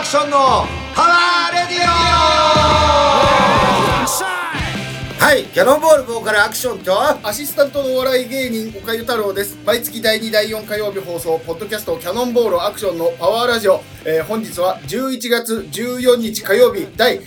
アクションのパワーレディオ。はい、キャノンボールボーカルアクションとアシスタントのお笑い芸人岡ゆ太郎です。毎月第2第4火曜日放送ポッドキャストキャノンボールアクションのパワーラジオ、本日は11月14日火曜日第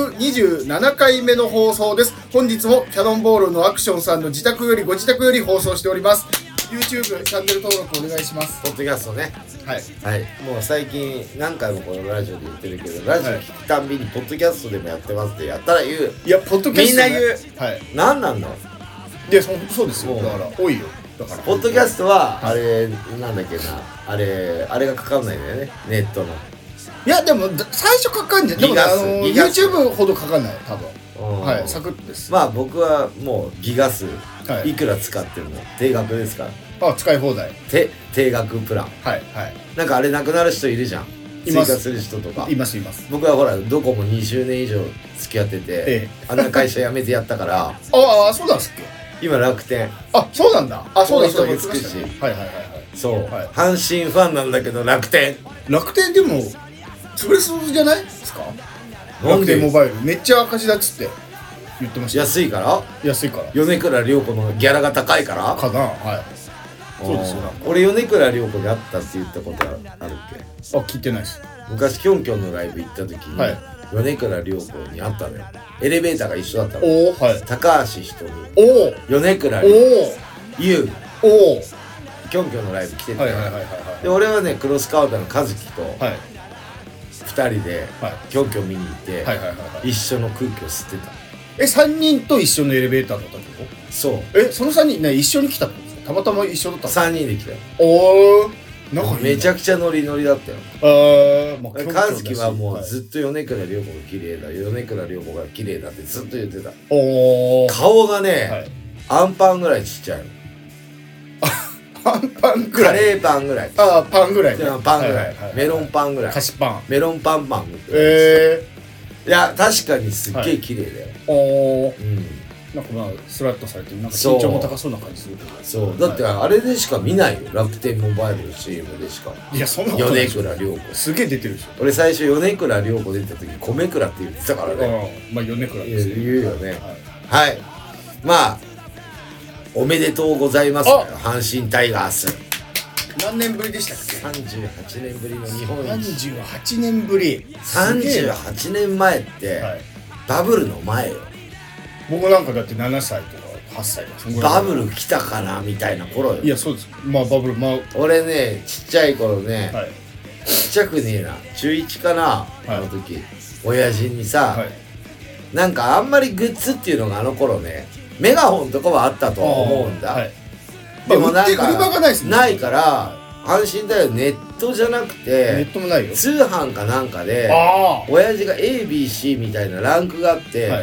127回目の放送です。本日もキャノンボールのアクションさんのご自宅より放送しております。 YouTube チャンネル登録お願いします。 ポッドキャストね。 はいはい、もう最近何回もこのラジオで言ってるけど、ラジオ聞くたんびにポッドキャストでもやってますってやったら言う。 いやポッドキャスト、ね、 みんな言う。 はい。 何なんだ。 でそうですよ。だから多いよ。だからポッドキャストはあれなんだっけな、あれがかかんないんだよね、ネットの。 いやでも最初かかんじゃん。でもYouTube ほどかかんない多分。はい、サクッとです。 まあ僕はもうギガ数、 はい、 いくら使ってるの定額ですから。 あ、使い放題。 定額プラン。 はいはい。なんかあれなくなる人いるじゃん。 います。 追加する人とか。 います。 僕はほらドコモ20年以上付き合ってて、あんな会社辞めてやったから。 ああ、そうなんですっけ。 今楽天。 あ、そうなんだ。あ、そうだ人もつくし。 はい。 そう、はい。阪神ファンなんだけど楽天でも潰れそうじゃないですか。楽天モバイルめっちゃ赤字だっつって言ってました。 安いから。米倉涼子のギャラが高いからかな。 はい。そうですよ。 俺米倉涼子に会ったって言ったことあるっけ。 あ、聞いてないです。 昔キョンキョンのライブ行った時に、はい、米倉涼子に会ったのよ。エレベーターが一緒だったの。 おー、はい、 高橋ひとみ、米倉涼子、ゆう、キョンキョンのライブ来てて、で俺はねクロスカウターの和樹と2人でキョンキョン見に行って、一緒の空気を吸ってた。 3人と一緒のエレベーターだったってこと？ そう。 その3人ね、一緒に来たってことですか？たまたま一緒だったの ？3人で来たよ。 おー、なんかめちゃくちゃノリノリだったよ。和樹はもうずっと米倉涼子が綺麗だ、米倉涼子が綺麗だってずっと言ってた。顔がね、アンパンぐらいちっちゃいの。 アンパンぐらい。 カレーパンぐらい。 ああ、パンぐらい。 パンぐらい。メロンパンぐらい。 菓子パン。 メロンパン。いや確かにすっげえ綺麗だよ。なんかまあスラッとされて、なんか身長も高そうな感じするけど。そうだってあれでしか見ないよ、楽天モバイルの CM でしか。いやそんなことない。米倉涼子すげえ出てるでしょ。俺最初米倉涼子出た時米倉って言ってたからね。まあ米倉です。言うよね。はい。まあおめでとうございます。阪神タイガース。何年ぶりでしたっけ？38年ぶりの日本一。38年ぶり。38年前って、バブルの前よ。僕なんかだって7歳とか8歳とか。バブル来たかなみたいな頃よ。いやそうです。まあバブル、まあ俺ねちっちゃい頃ね、ちっちゃくねえな、中1かな、あの時親父にさ、なんかあんまりグッズっていうのがあの頃ね、メガホンとかはあったと思うんだ。でもなんかないから、阪神だよ、ネットじゃなくてネットもないよ、通販かなんかで親父が ABC みたいなランクがあって、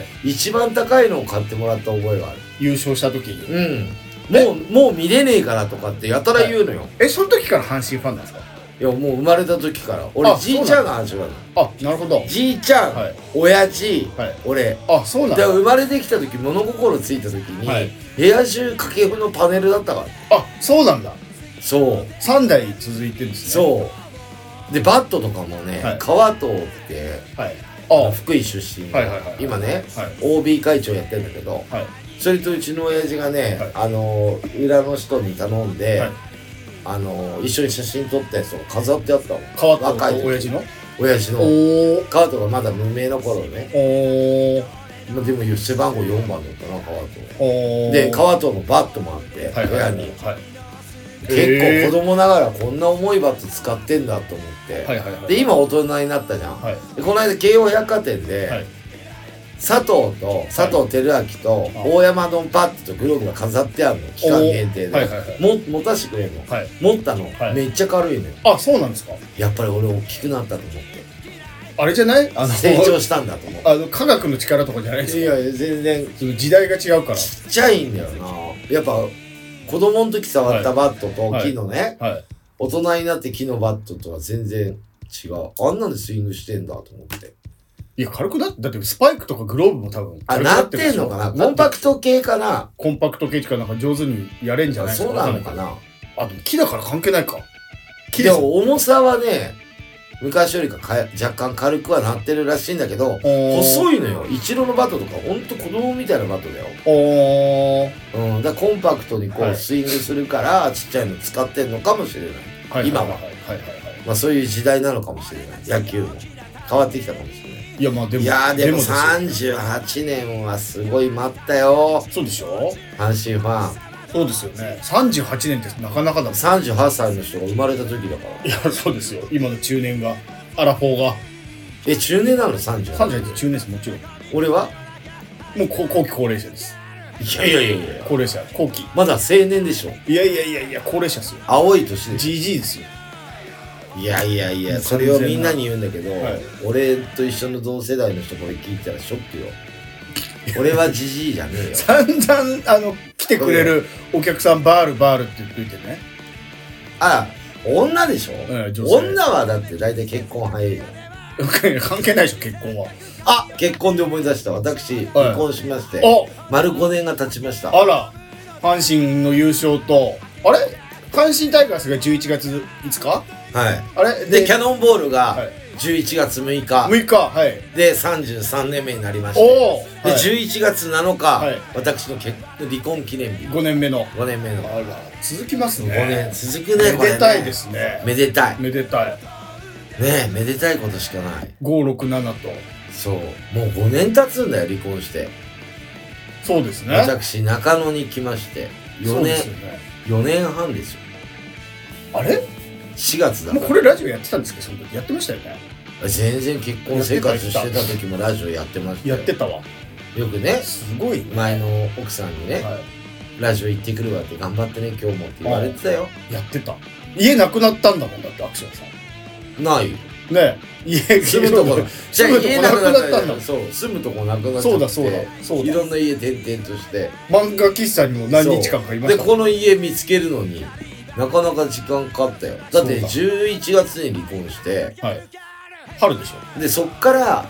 一番高いのを買ってもらった覚えがある。優勝した時にもう見れねえからとかってやたら言うのよ。その時から阪神ファンなんですか？いやもう生まれた時から。俺じいちゃんが阪神ファンなの。あ、なるほど。じいちゃん、親父、俺。あ、そうなんだ。生まれてきた時、物心ついた時に部屋中掛布のパネルだったから。あ、そうなんだ。そう。3代続いてるんですね。そうでバットとかもね、川藤って福井出身の今ね OB 会長やってるんだけど、それとうちの親父がね、裏の人に頼んで一緒に写真撮ったやつを飾ってあったの。若い親父の川藤がまだ無名の頃ね。でも背番号4番だったな、川藤で。川藤のバットもあって部屋に。結構子供ながらこんな重いバット使ってんだと思って、で今大人になったじゃん。でこの間京王百貨店で佐藤輝明と大山のバットとグローブが飾ってあるの、期間限定で持たしてくれるの。持ったのめっちゃ軽いのよ。あ、そうなんですか。やっぱり俺大きくなったと思って、あれじゃない？成長したんだと思う。科学の力とかじゃないですか。いや全然時代が違うから。ちっちゃいんだよな。やっぱ子供の時触ったバットと木のね、大人になって木のバットとは全然違う。あんなんでスイングしてんだと思って。いや軽くだってスパイクとかグローブも多分軽くなってんのかな。コンパクト系かな。コンパクト系かなんか上手にやれんじゃないですか。そうなのかな。あ、でも木だから関係ないか。でも重さはね、 昔よりか若干軽くはなってるらしいんだけど、細いのよ。イチローのバットとかほんと子供みたいなバットだよ。だからコンパクトにこうスイングするから、ちっちゃいの使ってんのかもしれない。今は。まあそういう時代なのかもしれない。野球も変わってきたかもしれない。 いやまあでも、 でも38年はすごい待ったよ。 そうでしょ、 阪神ファン。 そうですよね。38年ってなかなかだもん。 38歳の人が生まれた時だから。 いやそうですよ。今の中年がアラフォーが中年なの38。 38って中年です。もちろん。 俺はもう後期高齢者です。 いや高齢者後期。 まだ青年でしょ。 いや高齢者ですよ。 青い年で GG ですよ。 いやそれをみんなに言うんだけど、俺と一緒の同世代の人これ聞いたらショックよ。俺はジジイじゃねえよ。 散々来てくれるお客さんバールって言っといてね。 女でしょ、女はだって大体結婚早いよ。 関係ないでしょ結婚は。 結婚で思い出した。私離婚しまして、丸5年が経ちました。 あら、阪神の優勝と阪神タイガースが11月5日。でキャノンボールが11月6日で33年目になりまして、で11月7日、私の離婚記念日。 5年目の。 あら、 続きますね。 5年続くね。 めでたいですね。 めでたいねえ、めでたいことしかない。 567と。 そう、もう5年経つんだよ、離婚して。 そうですね。 私中野に来まして4年半ですよ。 あれ 4月だから。 もうこれラジオやってたんですけど、その時やってましたよね。 全然結婚生活してた時もラジオやってましたよ。 やってたわ。 よくね、 すごい前の奥さんにね、ラジオ行ってくるわって、頑張ってね今日もって言われてたよ。 やってた。家なくなったんだもんだって、アクションさん。 ないよね。家住むとこじゃあ家なくなったんだ。 そう、住むとこなくなっちゃって。 そうだいろんな家転々として、 漫画喫茶にも何日間かいました。 でこの家見つけるのになかなか時間かかったよ。だって11月に離婚して、 春でしょ。 でそっから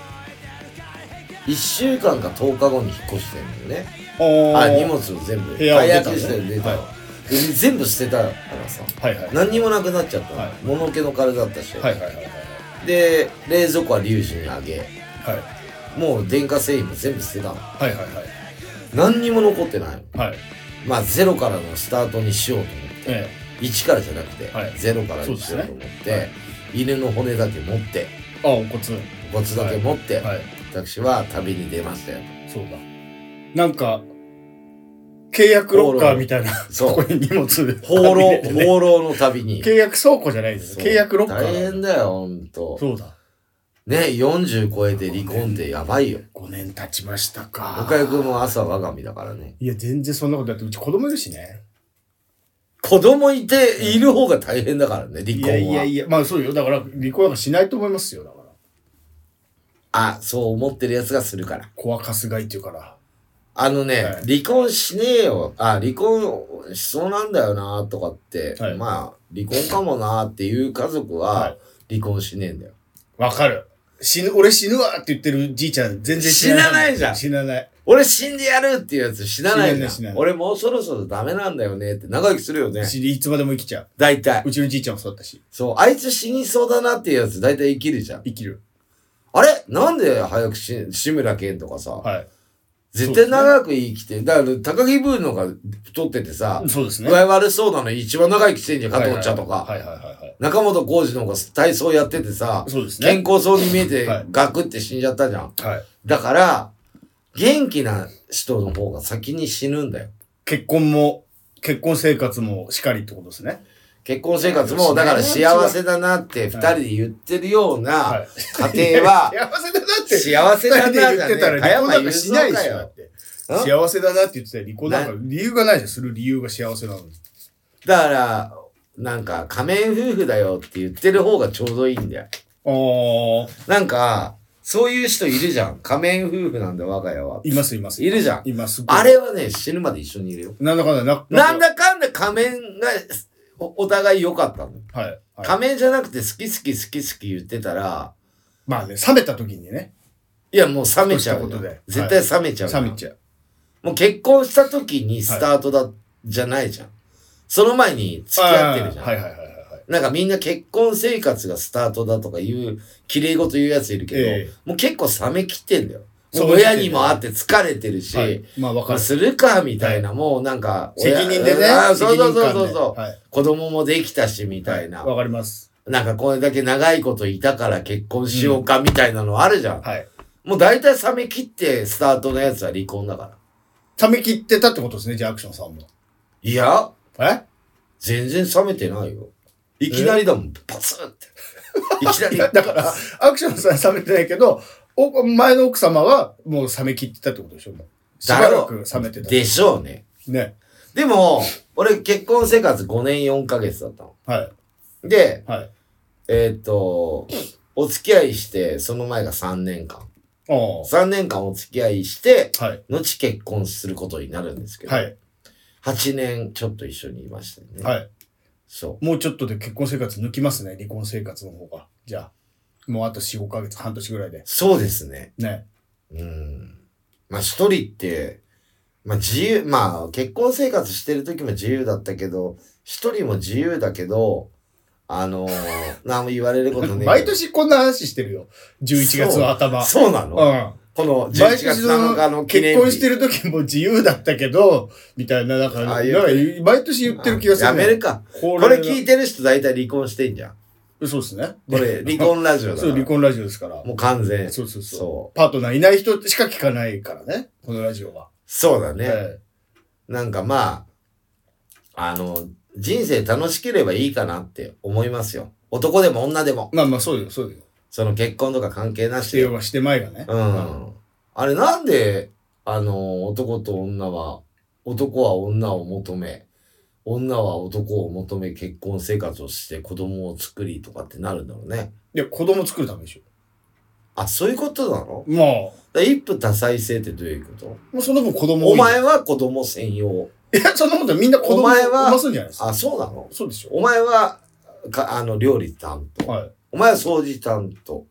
1週間か10日後に引っ越してんだよね。荷物を全部解約して出たよ。全部捨てたからさ、何にもなくなっちゃった。物気の金だったし、で冷蔵庫はリュウジにあげ、もう電化製品も全部捨てたの。何にも残ってないの。まあゼロからのスタートにしようと思って、1からじゃなくてゼロからにしようと思って、犬の骨だけ持って、お骨だけ持って、私は旅に出ましたよ。 そうだ。なんか契約ロッカーみたいなとこに荷物放浪の旅に。 契約倉庫じゃないです。契約ロッカー。 大変だよ、ほんと。 そうだ。 ね、40超えて離婚ってやばいよ。 5年経ちましたか。 岡井くんも朝我が身だからね。 いや、全然そんなことだって、うち子供いるしね。 子供いる方が大変だからね、離婚は。 いや、まあそうよ。だから離婚なんかしないと思いますよ、だから。 そう思ってるやつがするから。 子はかすがいっていうから。 離婚しねえよ。離婚しそうなんだよなとかって、まあ、離婚かもなっていう家族は、離婚しねえんだよ。 わかる。俺死ぬわって言ってるじいちゃん全然死なないじゃん。 死なない。 俺死んでやるっていうやつ死なないじゃん。俺もうそろそろダメなんだよねって長生きするよね。 いつまでも生きちゃう。 大体。 うちのじいちゃんもそうだったし。 そう、あいつ死にそうだなっていうやつ大体生きるじゃん。 生きる。 あれなんで早く志村けんとかさ。絶対長く生きて、だから高木ブーのが太っててさ、 そうですね。 具合悪そうなの一番長生きしてんじゃん、加藤茶とか。中本浩二の方が体操やっててさ、健康そうに見えてガクって死んじゃったじゃん。だから、元気な人の方が先に死ぬんだよ。 結婚生活もしかりってことですね。 結婚生活も、だから幸せだなって二人で言ってるような家庭は、幸せだなって言ってたら離婚なんかしないでしょ、だって。幸せだなって言ってたら離婚なんか理由がないじゃん、する理由が幸せなのに。 だから、なんか仮面夫婦だよって言ってる方がちょうどいいんだよ。なんか、そういう人いるじゃん。仮面夫婦なんだ我が家は。 います。 いるじゃん。 います。 あれはね、死ぬまで一緒にいるよ。なんだかんだ仮面がお互い良かったの。仮面じゃなくて好き言ってたら。 まあね、冷めた時にね。 いや、もう冷めちゃう。絶対冷めちゃう。 冷めちゃう。 もう結婚した時にスタートじゃないじゃん。その前に付き合ってるじゃん。 。 なんかみんな結婚生活がスタートだとか綺麗事言うやついるけど、もう結構冷め切ってんだよ。親にも会って疲れてるし、はい、 まあわかる。 するか、みたいな、はい、もうなんか、 責任でね。 そう、はい、子供もできたし、みたいな。 わかります。 なんかこれだけ長いこといたから結婚しようか、みたいなのあるじゃん。 はい。 もう大体冷め切ってスタートのやつは離婚だから。 冷め切ってたってことですね、じゃあアクションさんも。 いや。全然冷めてないよ。いきなりだもん、パツンって。いきなり。 だから、アクションさん冷めてないけど、前の奥様はもう冷め切ってたってことでしょ、もう。しばらく冷めてた。 でしょうね。 ね。 でも、俺結婚生活5年4ヶ月だったの。 はい。 で、 はい。 お付き合いして、その前が3年間。3年間お付き合いして、 はい、 後結婚することになるんですけど、 はい、 8年ちょっと一緒にいましたよね。 はい。 そう。もうちょっとで結婚生活抜きますね、離婚生活の方が。じゃあ、もうあと4、5ヶ月、半年ぐらいで。 そうですね。 ね。 まあ一人って、まあまあ結婚生活してる時も自由だったけど、一人も自由だけど、何も言われることね。 毎年こんな話してるよ。11月の頭。 そうなの？この11月7日の記念日。 結婚してる時も自由だったけど、みたいな、なんか毎年言ってる気がする。 やめるか。これ聞いてる人大体離婚してんじゃん。 そうですね。 これ、離婚ラジオだから。 そう、離婚ラジオですから。 もう完全。 そう。パートナーいない人しか聞かないからね。このラジオは。 そうだね。なんかまあ、人生楽しければいいかなって思いますよ。男でも女でも。 まあまあ、そうよ、そうよ。 その結婚とか関係なしで。 してようがしてまいがね。 あれなんで、男と女は、男は女を求め、女は男を求め結婚生活をして子供を作りとかってなるんだろうね。 いや、子供作るためでしょ。 あ、そういうことなの？ まあ。 一夫多妻制ってどういうこと？ もうその分子供お前は子供専用。 いや、そんなことみんな子供を産ますんじゃないですか。 あ、そうなの？ そうでしょ。 お前は、料理担当。 はい。 お前は掃除担当。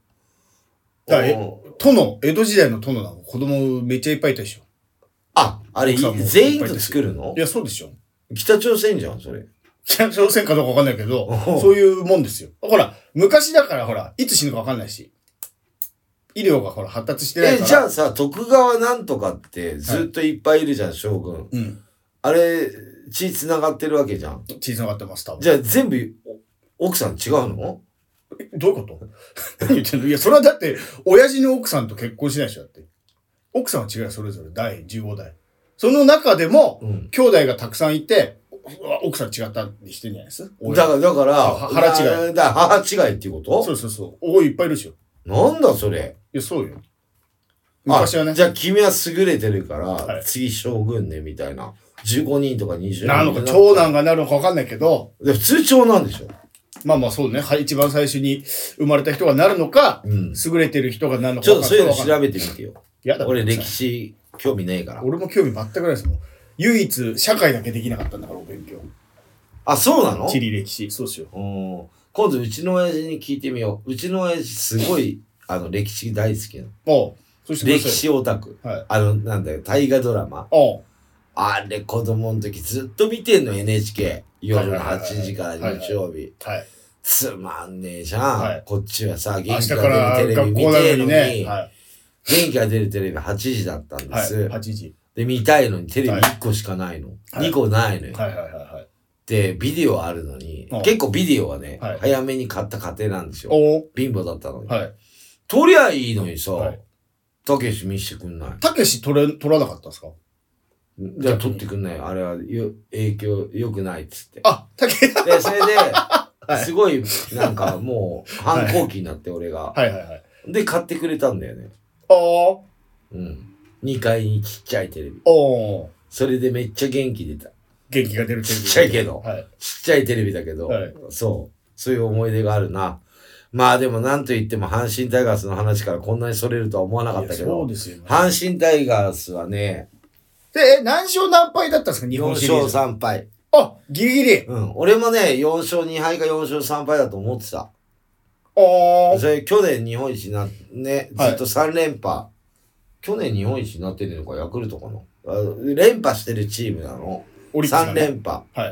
江戸時代の殿なんか子供めっちゃいっぱいいたでしょ。 あ、あれ、全員と作るの？ いや、そうでしょ。 北朝鮮じゃん、それ。 北朝鮮かどうかわかんないけど、そういうもんですよ。ほら、昔だからほら、いつ死ぬかわかんないし。医療がほら、発達してないから。 じゃあさ、徳川なんとかってずっといっぱいいるじゃん、将軍。あれ、血繋がってるわけじゃん。 血繋がってます、多分。 じゃあ全部、奥さん違うの？ どういうこと何言ってんの？いや、それはだって、親父の奥さんと結婚しないでしょ、だって。奥さんは違うよ、それぞれ。15代。その中でも、兄弟がたくさんいて、奥さん違ったりしてんじゃないですだから、 腹違い。 母違いっていうこと？ そう。いっぱいいるでしょ。 なんだそれ。 いや、そうよ。昔はね。 じゃあ君は優れてるから、次将軍ね、みたいな。15人とか20人。 なのか、長男がなるのかわかんないけど。 普通長男でしょ。 まあまあそうね。一番最初に生まれた人がなるのか、優れてる人がなるのか。 ちょっとそういうの調べてみてよ。 やだ。 俺歴史興味ねえから。 俺も興味全くないですもん。唯一、社会だけできなかったんだから、お勉強。 あ、そうなの？ 地理歴史。そうしよう。 今度うちの親父に聞いてみよう。うちの親父すごい、歴史大好きなの。歴史オタク。なんだよ、大河ドラマ。あれ、子供の時ずっと見てんの、NHK。夜の8時から日曜日。つまんねえじゃん。こっちはさ、元気が出るテレビ見てえのに、元気が出るテレビ8時だったんです。 8時。 で、見たいのにテレビ1個しかないの。2個ないのよ。で、ビデオあるのに、結構ビデオはね、早めに買った家庭なんですよ。貧乏だったのに。撮りゃいいのにさ、たけし見してくんない。 たけし撮らなかったんですか？ じゃあ撮ってくんない。あれは影響良くないっつって。 あ、たけし。 で、それで、すごい、なんかもう、反抗期になって俺が。で、買ってくれたんだよね。2階にちっちゃいテレビ。それでめっちゃ元気出た。 元気が出るテレビ。 ちっちゃいけど。ちっちゃいテレビだけど、そういう思い出があるな。まあでもなんと言っても阪神タイガースの話からこんなにそれるとは思わなかったけど、阪神タイガースはね、 で、何勝何敗だったんですか？日本シリーズ。 4勝3敗。 あ、ギリギリ。 俺もね、4勝2敗か4勝3敗だと思ってた。それ去年日本一になってね、ずっと3連覇。去年日本一になってるのか、ヤクルトかな。連覇してるチームなの。3連覇。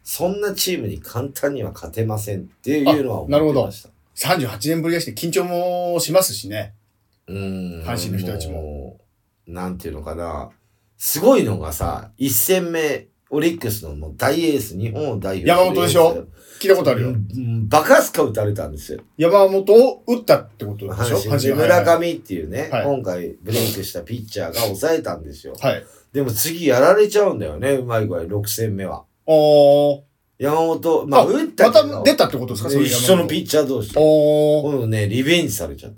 そんなチームに簡単には勝てませんっていうのは思ってました。 なるほど。38年ぶりだして緊張もしますしね。阪神の人たちも。 なんていうのかな。すごいのがさ、1戦目、オリックスのもう大エース、日本を代表する山本でしょ？聞いたことあるよ。 バカスカ打たれたんですよ。 山本を打ったってことでしょ？ 阪神村上っていうね、今回ブレイクしたピッチャーが抑えたんですよ。はい。でも次やられちゃうんだよね、うまい具合、6戦目は。山本、打ったけど。 また出たってことですか？ 一緒のピッチャー同士。今度ね、リベンジされちゃった。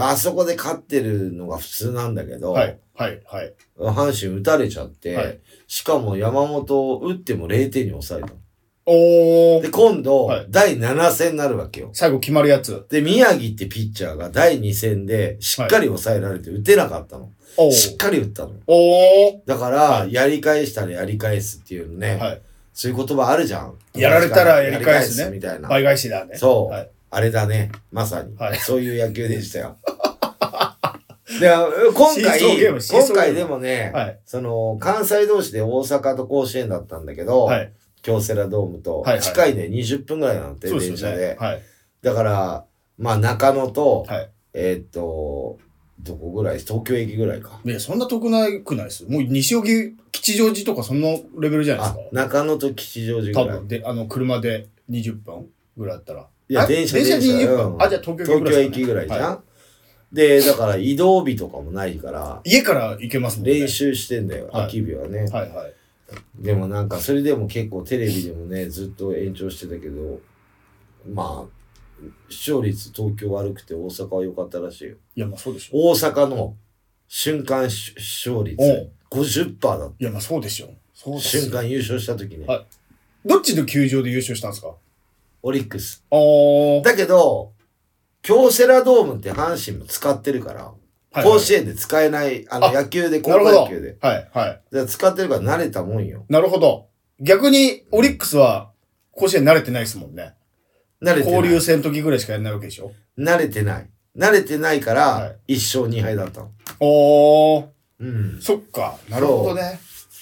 あそこで勝ってるのが普通なんだけど、はい。阪神打たれちゃって、しかも山本を打っても0点に抑えた。で、今度、第7戦になるわけよ。 最後決まるやつ。 で、宮城ってピッチャーが第2戦でしっかり抑えられて打てなかったの。しっかり打ったの。だから、やり返したらやり返すっていうのね。そういう言葉あるじゃん。やられたらやり返すね。 みたいな。 倍返しだね。 そう。あれだね。まさに。そういう野球でしたよ。で、今回でもね、関西同士で大阪と甲子園だったんだけど、京セラドームと、近いね、20分ぐらいなんて、電車で。だから、中野と、どこぐらい東京駅ぐらいか。 いや、そんな遠くないくないです。もう西荻、吉祥寺とかそんなレベルじゃないですか。 中野と吉祥寺ぐらい。 多分、で、車で20分ぐらいだったら。 いや、電車で 20分。じゃあ東京駅ぐらいじゃん。で、だから移動日とかもないから。 家から行けますもんね。 練習してんだよ、空き日はね。でもなんか、それでも結構テレビでもね、ずっと延長してたけど、視聴率東京悪くて大阪は良かったらしいよ。 いや、そうでしょ。 大阪の瞬間視聴率 50% だった。 いや、そうでしょ。 瞬間優勝した時に。 どっちの球場で優勝したんですか？ オリックス。だけど、京セラドームって阪神も使ってるから、甲子園で使えない、野球で、高校野球で。使ってるから慣れたもんよ。 なるほど。逆に、オリックスは甲子園慣れてないですもんね。交流戦の時ぐらいしかやんないわけでしょ？ 慣れてないから、1勝2敗だったの。 そっか。なるほどね。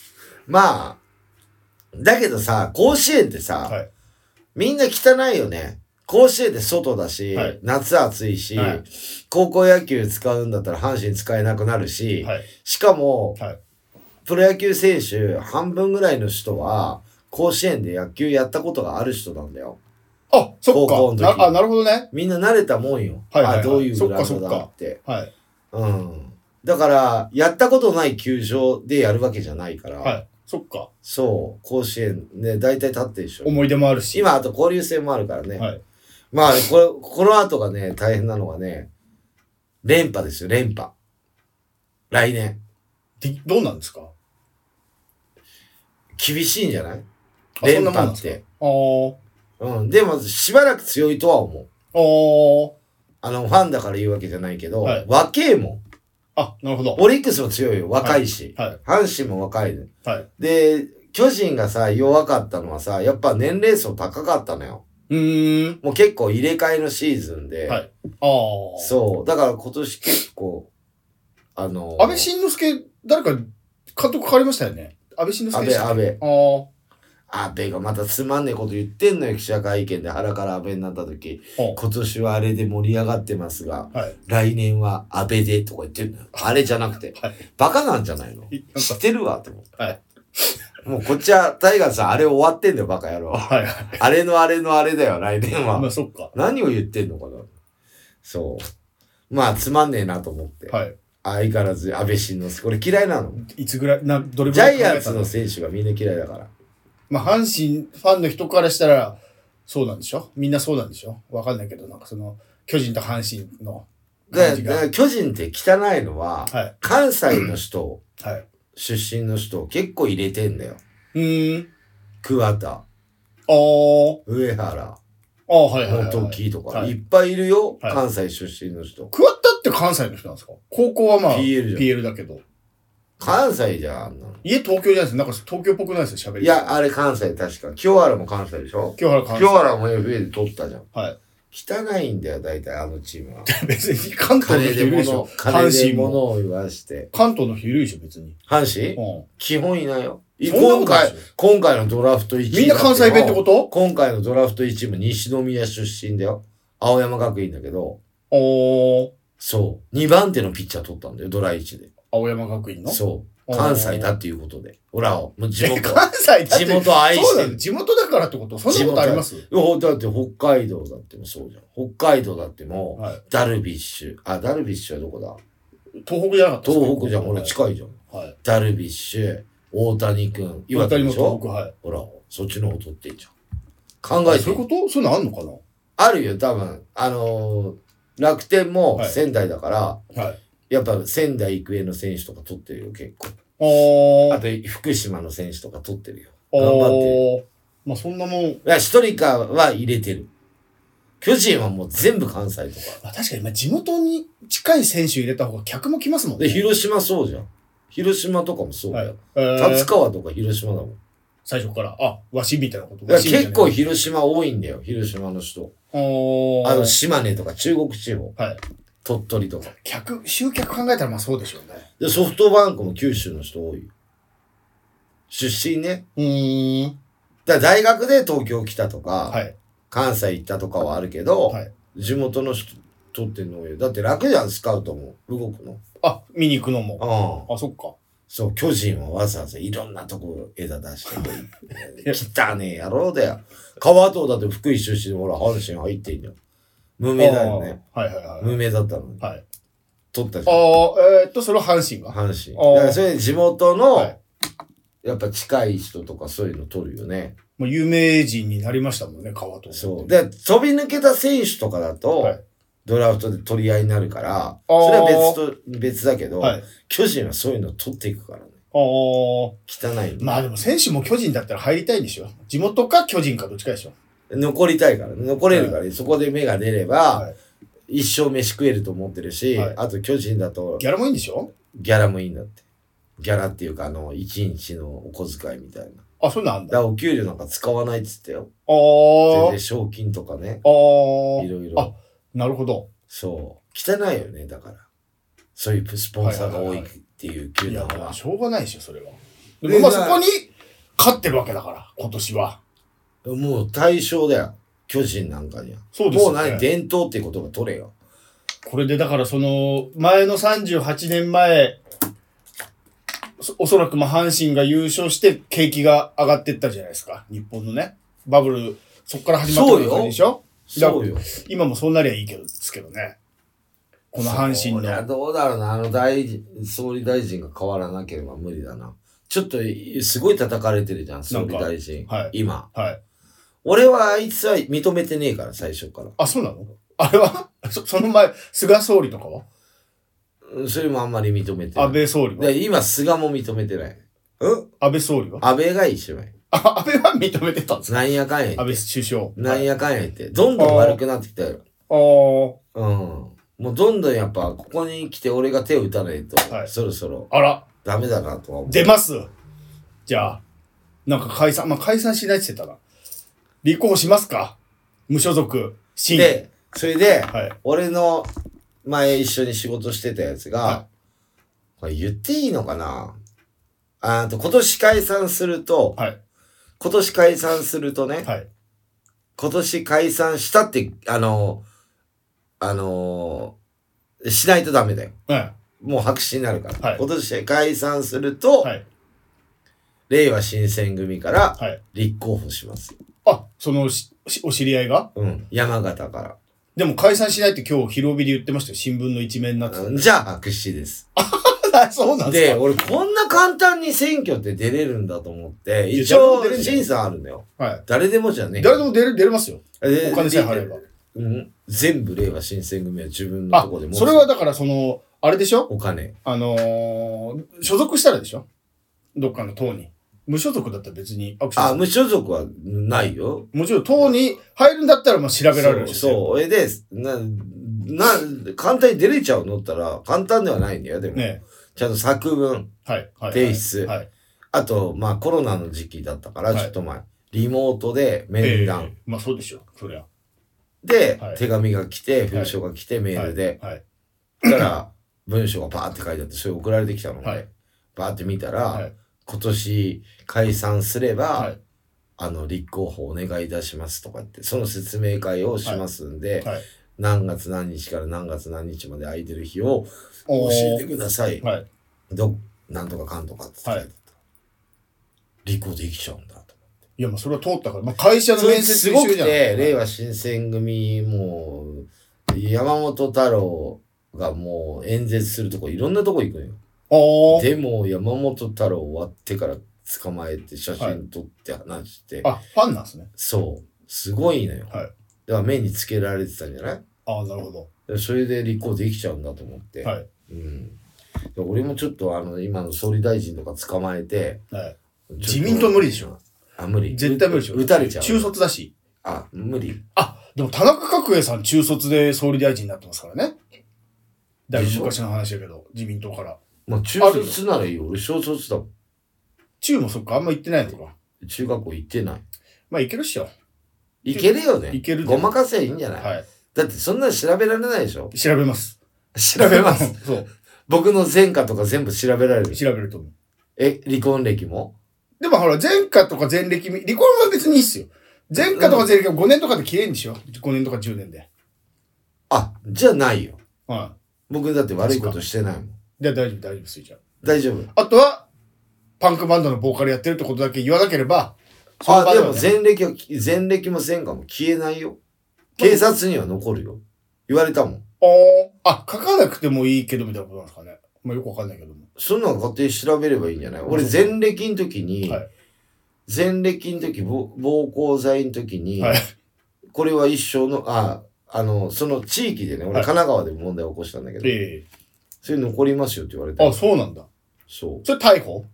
だけどさ、甲子園ってさ、みんな汚いよね。甲子園で外だし、夏暑いし、高校野球使うんだったら阪神使えなくなるし、しかも、プロ野球選手半分ぐらいの人は、甲子園で野球やったことがある人なんだよ。 そっか。高校の時。なるほどね。 みんな慣れたもんよ。どういうグラウンドだって。だから、やったことない球場でやるわけじゃないから。 そっか。 そう。甲子園ね、大体立ってるでしょ。 思い出もあるし。 今、あと交流戦もあるからね。この後がね、大変なのがね、連覇ですよ、連覇。来年。 どうなんですか？ 厳しいんじゃない？連覇って。でも、しばらく強いとは思う。ファンだから言うわけじゃないけど、若えもん。 なるほど。 オリックスも強いよ、若いし。阪神も若いの。で、巨人がさ、弱かったのはさ、やっぱ年齢層高かったのよ。もう結構入れ替えのシーズンで。そう。だから今年結構、安倍晋之助、誰か監督変わりましたよね。安倍晋之助でした。 安倍がまたつまんねえこと言ってんのよ、記者会見で腹から安倍になった時。今年はあれで盛り上がってますが、来年は安倍でとか言ってるのよ。あれじゃなくて。バカなんじゃないの？知ってるわ、って思って。もうこっちは、タイガーさんあれ終わってんだよ、バカ野郎。あれのあれのあれだよ、来年は。 そっか。 何を言ってんのかな。そう。つまんねえなと思って。相変わらず安倍晋之助。これ嫌いなの？ いつぐらい、どれぐらい？ジャイアンツの選手がみんな嫌いだから。 阪神ファンの人からしたら、そうなんでしょ？みんなそうなんでしょ？わかんないけど、巨人と阪神の感じが。 巨人って汚いのは、関西の人、出身の人結構入れてんだよ。桑田。上原。元木とか、いっぱいいるよ、関西出身の人。 桑田って関西の人なんですか？高校はPL だけど。 関西じゃん。 家東京じゃないですか。東京っぽくないですよ、喋り。 いや、あれ関西確か。清原も関西でしょ？清原も FA で取ったじゃん。汚いんだよ、大体あのチームは。 別に関東の人いるでしょ。 金で物を言わして。 関東の人いるでしょ、別に。 阪神？基本いないよ。 今回のドラフト1位。 みんな関西弁ってこと？ 今回のドラフト1位も西宮出身だよ。青山学院だけど。そう。2番手のピッチャー取ったんだよ、ドラ1で。 青山学院の？ そう。関西だっていうことで。ほら、もう地元。 関西だって。 地元愛してる。 地元だからってこと？そんなことあります？ だって北海道だってもそうじゃん。北海道だっても、ダルビッシュ。ダルビッシュはどこだ？ 東北じゃなかった？ 東北じゃん。俺近いじゃん。ダルビッシュ、大谷くん、岩手でしょ？ほら、そっちの方取ってんじゃん。考えて。 そういうこと？そういうのあんのかな？ あるよ、多分。楽天も仙台だから、やっぱ仙台育英の選手とか取ってるよ、結構。あと、福島の選手とか取ってるよ。頑張ってる。 まあ、そんなもん。 いや、一人かは入れてる。巨人はもう全部関西とか。 確かに、地元に近い選手入れた方が客も来ますもんね。 で、広島そうじゃん。広島とかもそうだよ。立川とか広島だもん。 最初から。わしみたいなこと。 結構広島多いんだよ、広島の人。島根とか中国地方。鳥取とか。 集客考えたらまあそうでしょうね。 で、ソフトバンクも九州の人多いよ。出身ね。だから大学で東京来たとか、関西行ったとかはあるけど、地元の人取ってんの多いよ。だって楽じゃん、スカウトも。動くの。 見に行くのも。そっか。 そう、巨人はわざわざいろんなとこ枝出して汚ねえ野郎だよ。川藤だって福井出身でほら、阪神入ってんじゃん。無名だよね。無名だったのに。取ったじゃん。 それは阪神が？ 阪神。だからそれ地元の、やっぱ近い人とかそういうの取るよね。 もう有名人になりましたもんね、川藤。 そう。で、飛び抜けた選手とかだと、ドラフトで取り合いになるから、それは別だけど、巨人はそういうの取っていくからね。汚い。 まあでも選手も巨人だったら入りたいんでしょ。地元か巨人かどっちかでしょ。 残りたいから、残れるから、そこで芽が出れば、一生飯食えると思ってるし、あと巨人だと、 ギャラもいいんでしょ？ ギャラもいいんだって。ギャラっていうか、一日のお小遣いみたいな。 そうなんだ。 だからお給料なんか使わないっつってよ。全然賞金とかね。いろいろ。 なるほど。 そう。汚いよね、だから。そういうスポンサーが多いっていう球団は。 しょうがないでしょ、それは。でもまあそこに勝ってるわけだから、今年は。 もう対象だよ。巨人なんかには。 そうですよね。もう伝統っていう言葉取れよ。 これでだから前の38年前、おそらく阪神が優勝して景気が上がっていったじゃないですか。日本のね。バブル、そっから始まったわけでしょ？ そうよ。 今もそうなりゃいいですけどね。この阪神の。 どうだろうな、総理大臣が変わらなければ無理だな。ちょっと、すごい叩かれてるじゃん、総理大臣。今。俺はあいつは認めてねえから、最初から。 そうなの？あれはその前、菅総理とかは？ それもあんまり認めてない。 安倍総理は？ 今、菅も認めてない。 安倍総理は？ 安倍が一番。 安倍は認めてたんですか？ なんやかんや言って。 安倍首相。 なんやかんや言って。どんどん悪くなってきたよ。もうどんどんやっぱ、ここに来て俺が手を打たないと、そろそろ。ダメだなとは思う。 出ます。じゃあ、なんか解散しないって言ってたな。立候補しますか？無所属、 で、それで、俺の前一緒に仕事してたやつが、これ言っていいのかな？今年解散すると、今年解散したって、しないとダメだよ。もう白紙になるから。今年解散すると、令和新選組から立候補します。 そのお知り合いが？ 山形から。 でも解散しないって今日広帯で言ってましたよ。新聞の一面になってた。 じゃあ白紙です。 そうなんですか？ で、俺こんな簡単に選挙って出れるんだと思って、一応審査あるんだよ。誰でもじゃねえ。 誰でも出れますよ。お金さえ払えば。 全部令和新選組は自分のとこで持つ。それはだからあれでしょ？ お金。 所属したらでしょ？どっかの党に。無所属だったら別に無所属はないよ。 もちろん党に入るんだったら調べられるし。 そう。で、簡単に出れちゃうのったら簡単ではないんだよ。でも。ちゃんと作文。提出。あと、コロナの時期だったから、ちょっと前。リモートで面談。 そうでしょ。そりゃ。 で、手紙が来て、文章が来て、メールで。そしたら、文章がバーって書いてあって、それ送られてきたのね。バーって見たら、 今年解散すれば、立候補お願いいたしますとかって、その説明会をしますんで、何月何日から何月何日まで空いてる日を教えてください。なんとかかんとかって言って、立候補できちゃうんだと思って。 いや、もうそれは通ったから、会社の面接すごくて、令和新選組もう、山本太郎がもう演説するとこいろんなとこ行くのよ。でも山本太郎終わってから捕まえて写真撮って話して、 ファンなんですね。 そうすごいのよ。だから目につけられてたんじゃない？ なるほど。それで立候補できちゃうんだと思って、俺もちょっと今の総理大臣とか捕まえて、 自民党無理でしょ。 無理。 絶対無理でしょ。 撃たれちゃう。 中卒だし。 無理。 でも田中角栄さん中卒で総理大臣になってますからね。だいぶ昔の話だけど、自民党から。 中卒ならいいよ。俺小卒だもん。 中もそっか、あんま行ってないのか。 中学校行ってない。 いけるっしょ。 いけるよね。 いける。 ごまかせばいいんじゃない？だってそんなの調べられないでしょ。 調べます。 調べます。そう。僕の前科とか全部調べられる。 調べると思う。 離婚歴も？ でもほら、前科とか前歴、離婚は別にいいっすよ。前科とか前歴は5年とかで消えんでしょ。5年とか10年で。 じゃあないよ。僕だって悪いことしてないもん。 大丈夫ですよ、じゃあ。 大丈夫。 あとは、パンクバンドのボーカルやってるってことだけ言わなければ、 でも前歴も前科も消えないよ。警察には残るよ。言われたもん。 書かなくてもいいけどみたいなことなんですかね。よくわかんないけども。 そんなの勝手に調べればいいんじゃない？俺前歴の時に、暴行罪の時に、これは一生の、その地域でね、俺神奈川で問題を起こしたんだけど、それ残りますよって言われた。 そうなんだ。 そう。 それ逮捕。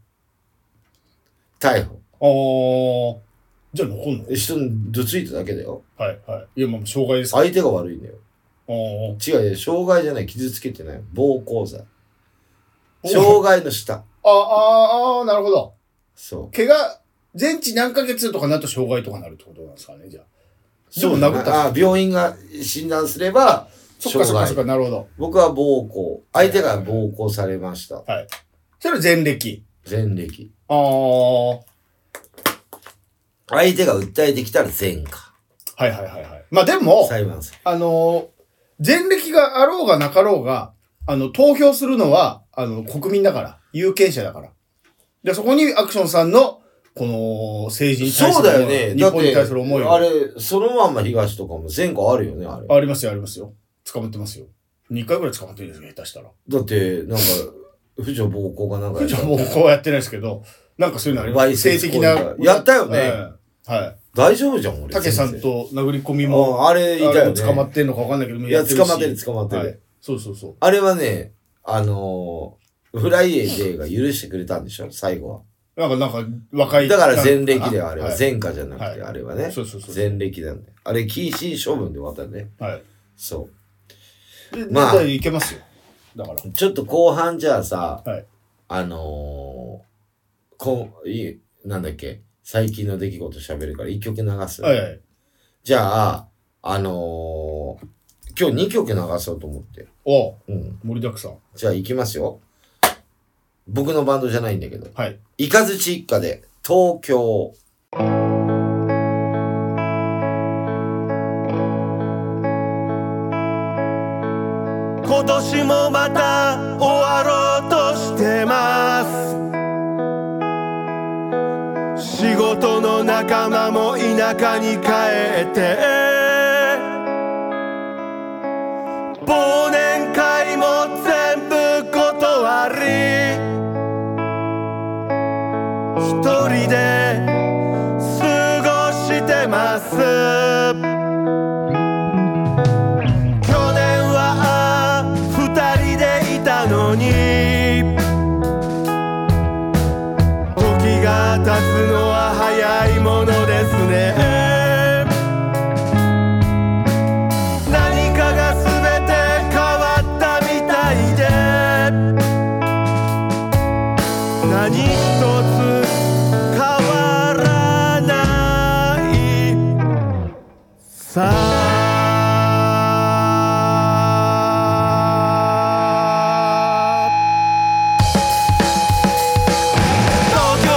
じゃあ残んの？ 人にどついただけだよ。 いや、もう傷害ですか？ 相手が悪いんだよ。違う、傷害じゃない、傷つけてない。暴行罪。傷害の下。 なるほど。 そう。 怪我、全治何ヶ月とかなると傷害とかなるってことなんですかね、じゃあ。 そう、殴った。病院が診断すれば、 そっか、なるほど。 僕は暴行。相手が暴行されました。 それは前歴。 相手が訴えてきたら前科。 でも、 裁判所。 前歴があろうがなかろうが、投票するのは、国民だから、有権者だから。で、そこにアクションさんの、この、政治に対する。 そうだよね。 日本に対する思い。 あれ、そのまんま東とかも前科あるよね、あれ。 ありますよ。捕まってますよ。2回ぐらい捕まってるんですよ、下手したら。 だって、なんか、婦女暴行がなんか婦女暴行はやってないですけど、なんかそういうのあります。性的な。 やったよね。大丈夫じゃん、俺。 竹さんと殴り込みも。 あれいたよね。 捕まってんのかわかんないけど、 いや、捕まってる。 そう。 あれはね、フライエーが許してくれたんでしょ、最後は。 なんか、若い。 だから前歴ではあれは、前科じゃなくて、あれはね。前歴なんで。あれ、禁止処分で終わったね。そう。 いけますよ。だから。 ちょっと後半じゃあさ、なんだっけ、最近の出来事喋るから1曲流す。じゃあ、今日2曲流そうと思って。 盛りだくさん。 じゃあ行きますよ。僕のバンドじゃないんだけど。イカズチ一家で、東京。 今年もまた終わろうとしてます。仕事の仲間も田舎に帰って忘年会も全部断り一人で過ごしてます。去年は二人でいたのに時が経つのは早いものですね。何かが全て変わったみたいで何一つ変わらないさあ。東京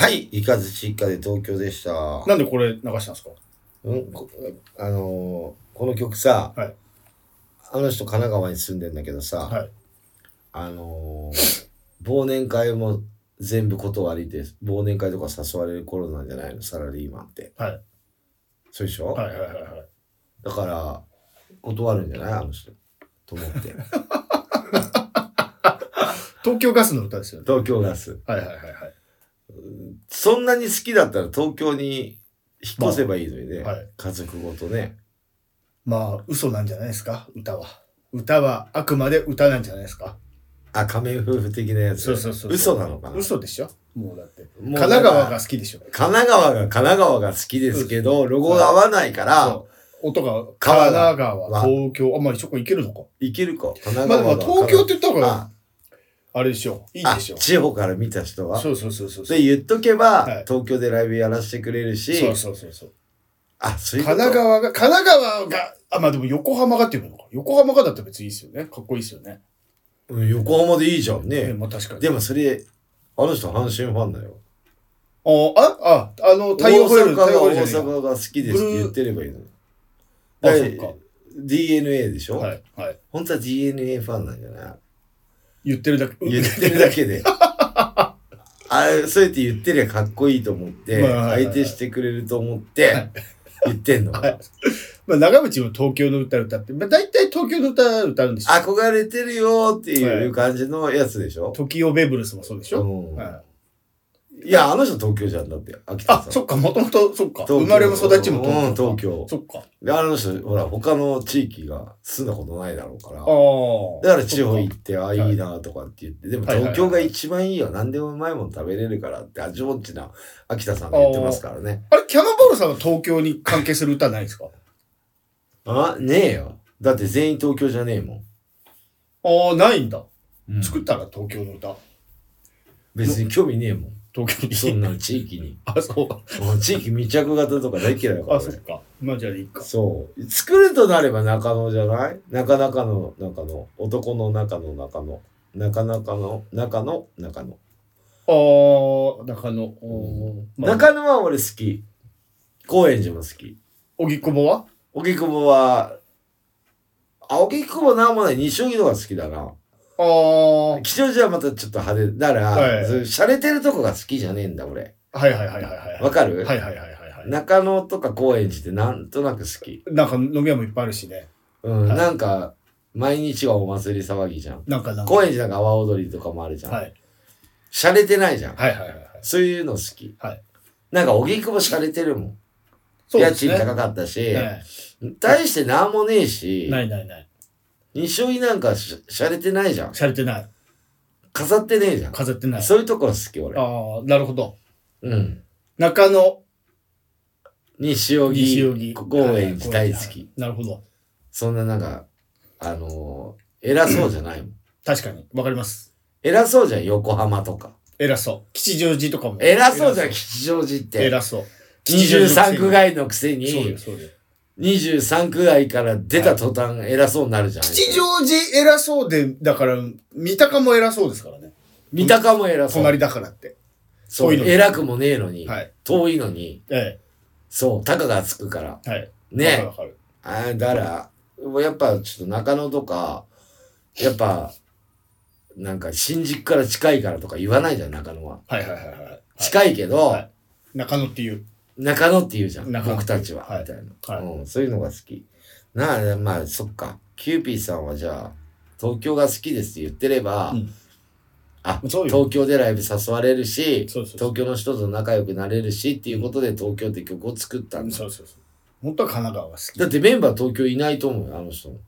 はい。イカズチ一家で東京でした。 なんでこれ流したんですか？ この曲さ、 はい、 あの人神奈川に住んでんだけどさ、 はい、 忘年会も全部断りで、忘年会とか誘われる頃なんじゃないの、サラリーマンって。 はい。 そうでしょ？ はいはいはいはい。 だから、断るんじゃないあの人。と思って。 東京ガスの歌ですよね。 東京ガス。 はいはいはいはい。 そんなに好きだったら東京に引っ越せばいいのにね。 はい、 家族ごとね。 まあ、嘘なんじゃないですか、歌は。歌はあくまで歌なんじゃないですか。 仮面夫婦的なやつ。 そうそうそう。 嘘なのかな？ 嘘でしょ？もうだって。神奈川が好きでしょ。 神奈川が好きですけど、ロゴが合わないから、 音が神奈川、東京、あ、まあ一緒かいけるのか。 いけるか。 神奈川。まあ東京って言った方が、あれでしょ。いいでしょ。 地方から見た人は。 そうそうそうそう。 で、言っとけば、東京でライブやらせてくれるし。 そうそうそうそう。 そういうこと。 神奈川が、まあでも横浜がっていうのか。横浜がだったら別にいいですよね。かっこいいですよね。 横浜でいいじゃんね。 まあ確かに。 でもそれ、あの人阪神ファンだよ。 太陽ホエール。 大阪が好きですって言ってればいいの。 あ、そっか。 DNA でしょ？ はいはい。 本当は DNA ファンなんじゃない？ 言ってるだけで。そうやって言ってりゃかっこいいと思って、相手してくれると思って、言ってんの。まあ、 長渕も東京の歌って、まあ大体東京の歌うんでしょ。 憧れてるよっていう感じのやつでしょ。 時をベブルスもそうでしょ。 いや、あの人東京じゃんだって、秋田さん。 そっか、もともと、そっか。生まれも育ちも東京。 そっか。 で、あの人、ほら、他の地域が住んだことないだろうから。だから地方行って、いいなとかって言って。でも東京が一番いいよ。何でもうまいもん食べれるからって、味ぼっちな秋田さんが言ってますからね。 あれ、キャノンボールさんは東京に関係する歌ないですか？ ねえよ。だって全員東京じゃねえもん。 ないんだ。作ったら東京の歌。 別に興味ねえもん。 東京に。 そんな地域に。 そう。 地域密着型とか大嫌いだから。 そっか。まあじゃあいいか。 そう。作るとなれば中野じゃない？中の中の、男の中の中の、中野。 中野。 中野は俺好き。高円寺も好き。 荻窪は？ 荻窪なんもない。西荻とか好きだな。吉祥寺はまたちょっと派手。だから、洒落てるとこが好きじゃねえんだ、俺。 はい。 わかる？ はい。 中野とか高円寺ってなんとなく好き。 なんか飲み屋もいっぱいあるしね。 なんか、毎日がお祭り騒ぎじゃん。高円寺なんか阿波踊りとかもあるじゃん。洒落てないじゃん。そういうの好き。なんか、荻窪洒落てるもん。家賃高かったし、大してなんもねえし、 ない。 西荻なんか洒落てないじゃん。 洒落てない。 飾ってねえじゃん。 飾ってない。 そういうところ好き、俺。 なるほど。中野、 西荻、高円寺大好き。 なるほど。 そんななんか、偉そうじゃないもん。 確かに。わかります。 偉そうじゃん、横浜とか。 偉そう。吉祥寺とかも。 偉そうじゃん、吉祥寺って。 偉そう。 23区外のくせに。 そうです。 23区外から出た途端偉そうになるじゃん。 吉祥寺偉そうで、だから、三鷹も偉そうですからね。 三鷹も偉そう。 隣だからって。 そう、偉くもねえのに。遠いのに。そう、鷹がつくから。ね。だから、やっぱちょっと中野とか、やっぱ、なんか新宿から近いからとか言わないじゃん、中野は。近いけど、 中野っていう。 中野って言うじゃん、僕たちは。みたいな。そういうのが好き。まあ、そっか。キューピーさんはじゃあ、東京が好きですって言ってれば、東京でライブ誘われるし、東京の人と仲良くなれるしっていうことで東京って曲を作ったんだ。 本当は神奈川が好き。 だってメンバー東京いないと思うよ、あの人も。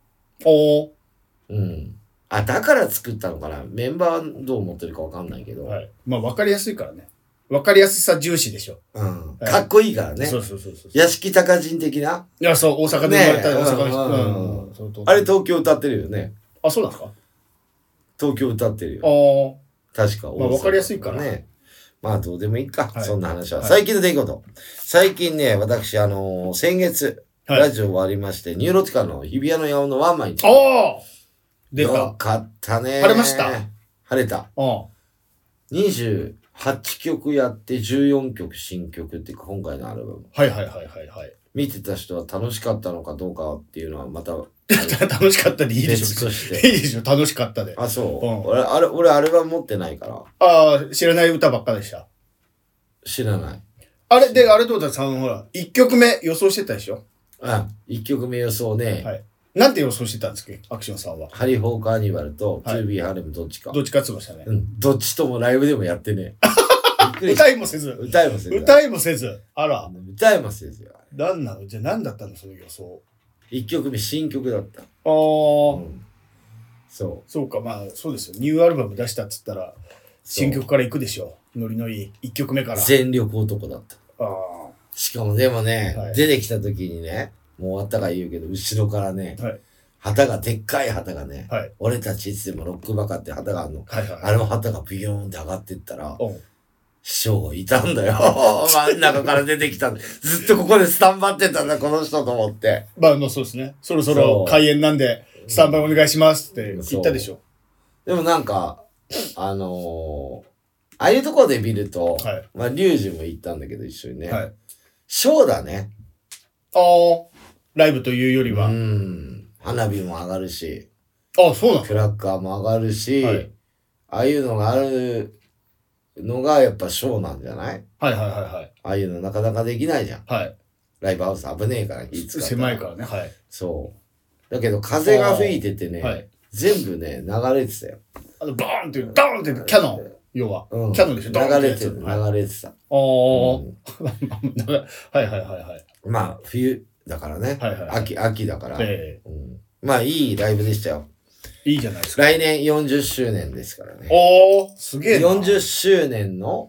だから作ったのかな。メンバーはどう思ってるかわかんないけど。 まあ分かりやすいからね。分かりやすさ重視でしょ。 かっこいいからね。屋敷隆人的な。 いや、そう、大阪で生まれた大阪の人。あれ東京歌ってるよね。 そうなんですか？ 東京歌ってるよ。確か。 まあ分かりやすいからね。まあどうでもいいか、そんな話は。最近の出来事。最近ね、私、先月、ラジオ終わりまして、ニューロティカの日比谷の山のワンマンに。 出た。 よかったね。 晴れました。 晴れた。28 8曲やって14曲新曲って今回のアルバム。 はい。 見てた人は楽しかったのかどうかっていうのはまた楽しかったでいいでしょ。 別として。 いいでしょ、楽しかったで。 あ、そう。俺アルバム持ってないから。 ああ、知らない歌ばっかでした。 知らない。 あれで、あれとださん、ほら、1曲目予想してたでしょ。 1曲目予想ね。 はい。なんて予想してたんですか、アクションさんは。 ハリフォーカーニバルと 2B ハレムどっちか。 どっちかって言いましたね。 どっちともライブでもやってね。 歌いもせず。 歌いもせず。 あら。 歌いもせず。 なんなの？じゃあ何だったのその予想。 1曲目新曲だった。 そう。 そうか、まあそうですよ。ニューアルバム出したっつったら、新曲から行くでしょ。ノリのいい。1曲目から。 全力男だった。しかもでもね、出てきた時にね、もう終わったから言うけど、後ろからね、旗が、でっかい旗がね、俺たちいつでもロックバカって旗があるの。あの旗がビヨーンって上がってったら、師匠がいたんだよ。真ん中から出てきた。ずっとここでスタンバってたんだ、この人と思って。 まあ、そうですね。そろそろ開演なんで、スタンバイお願いしますって言ったでしょ。 でもなんか、ああいうところで見ると、まあ、リュウジも行ったんだけど、一緒にね。ショーだね。 ライブというよりは。 花火も上がるし。 そうなの？ クラッカーも上がるし、ああいうのがあるのがやっぱショーなんじゃない？ああいうのなかなかできないじゃん。ライブハウス危ねえから、火使ったら。 狭いからね。 そう。だけど風が吹いててね、全部ね、流れてたよ。 バーンって、ドーンって、キャノン。要は。キャノンでしょ。 流れてた。まあ、冬だからね。秋だから。まあ、いいライブでしたよ。 いいじゃないですか。 来年40周年ですからね。 すげえな。 40周年の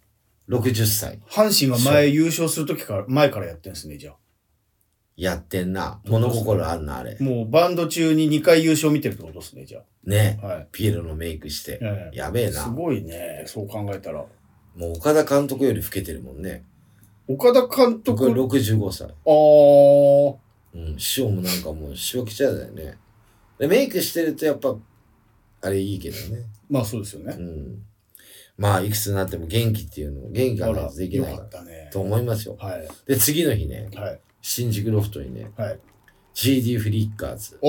60歳。 阪神が優勝するときから、前からやってんすね、じゃあ。 やってんな。物心あんな、あれ。 もうバンド中に2回優勝見てるってことですね、じゃあ。 ね。ピエロのメイクして。やべえな。 すごいね、そう考えたら。 もう岡田監督より老けてるもんね。 岡田監督 65歳。師匠もなんかもうしわくちゃだよね。で、メイクしてるとやっぱ、あれいいけどね。 まあそうですよね。 まあいくつになっても元気っていうのを元気がないとできないと思いますよ。で、次の日ね、新宿ロフトにね、GD フリッカーズ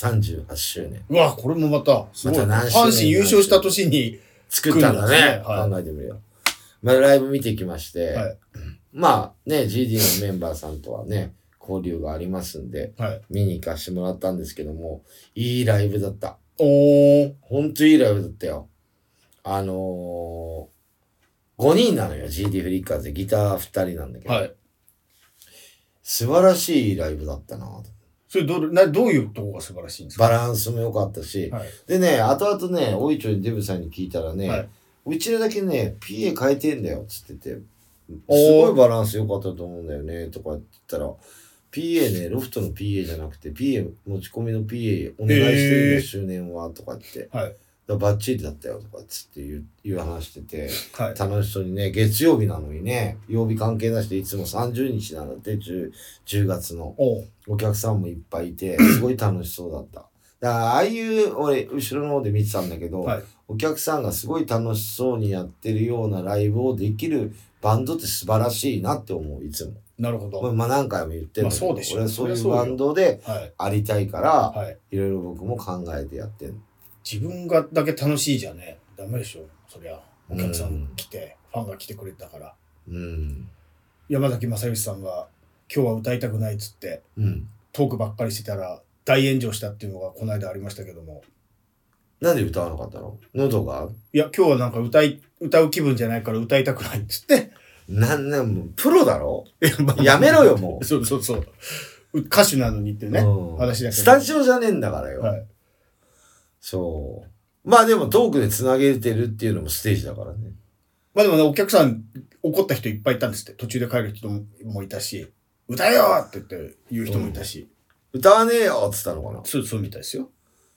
38周年。 うわ、これもまた、すごい。阪神優勝した年に作ったんだね。考えてみるよ。まあライブ見てきまして、まあね、GD のメンバーさんとはね、交流がありますんで、見に行かしてもらったんですけども、いいライブだった。ほんといいライブだったよ。5人なのよ、GD フリッカーズでギター2人なんだけど。素晴らしいライブだったな。 それどういうとこが素晴らしいんですか？ バランスも良かったし、でね、後々ね、大井町にデブさんに聞いたらね、うちらだけね、PA 変えてんだよ、つってて、すごいバランス良かったと思うんだよね、とか言ったら、PA ね、ロフトの PA じゃなくて、PA 持ち込みの PA お願いしてるんだ、周年は、とか言って、バッチリだったよ、とかつっていう話してて、楽しそうにね、月曜日なのにね、曜日関係なしでいつも30日なんだって、10月の。お客さんもいっぱいいて、すごい楽しそうだった。だから、ああいう、俺、後ろの方で見てたんだけど、お客さんがすごい楽しそうにやってるようなライブをできるバンドって素晴らしいなって思う、いつも。 なるほど。 まあ何回も言ってるんだけど、俺はそういうバンドでありたいから、いろいろ僕も考えてやってる。 自分がだけ楽しいじゃね、ダメでしょ、そりゃ。お客さん来て、ファンが来てくれたから。山崎正義さんが、今日は歌いたくないっつって、トークばっかりしてたら、大炎上したっていうのがこの間ありましたけども。 なんで歌わなかったの？喉が？ いや、今日はなんか歌う気分じゃないから歌いたくないっつって。 もうプロだろ？やめろよ、もう。 そう。歌手なのにってね、話だけど。 スタジオじゃねえんだからよ。そう。まあでもトークで繋げてるっていうのもステージだからね。 まあでもね、お客さん怒った人いっぱいいたんですって。途中で帰る人もいたし、歌えよって言う人もいたし。 歌わねえよって言ったのかな？ そうみたいですよ。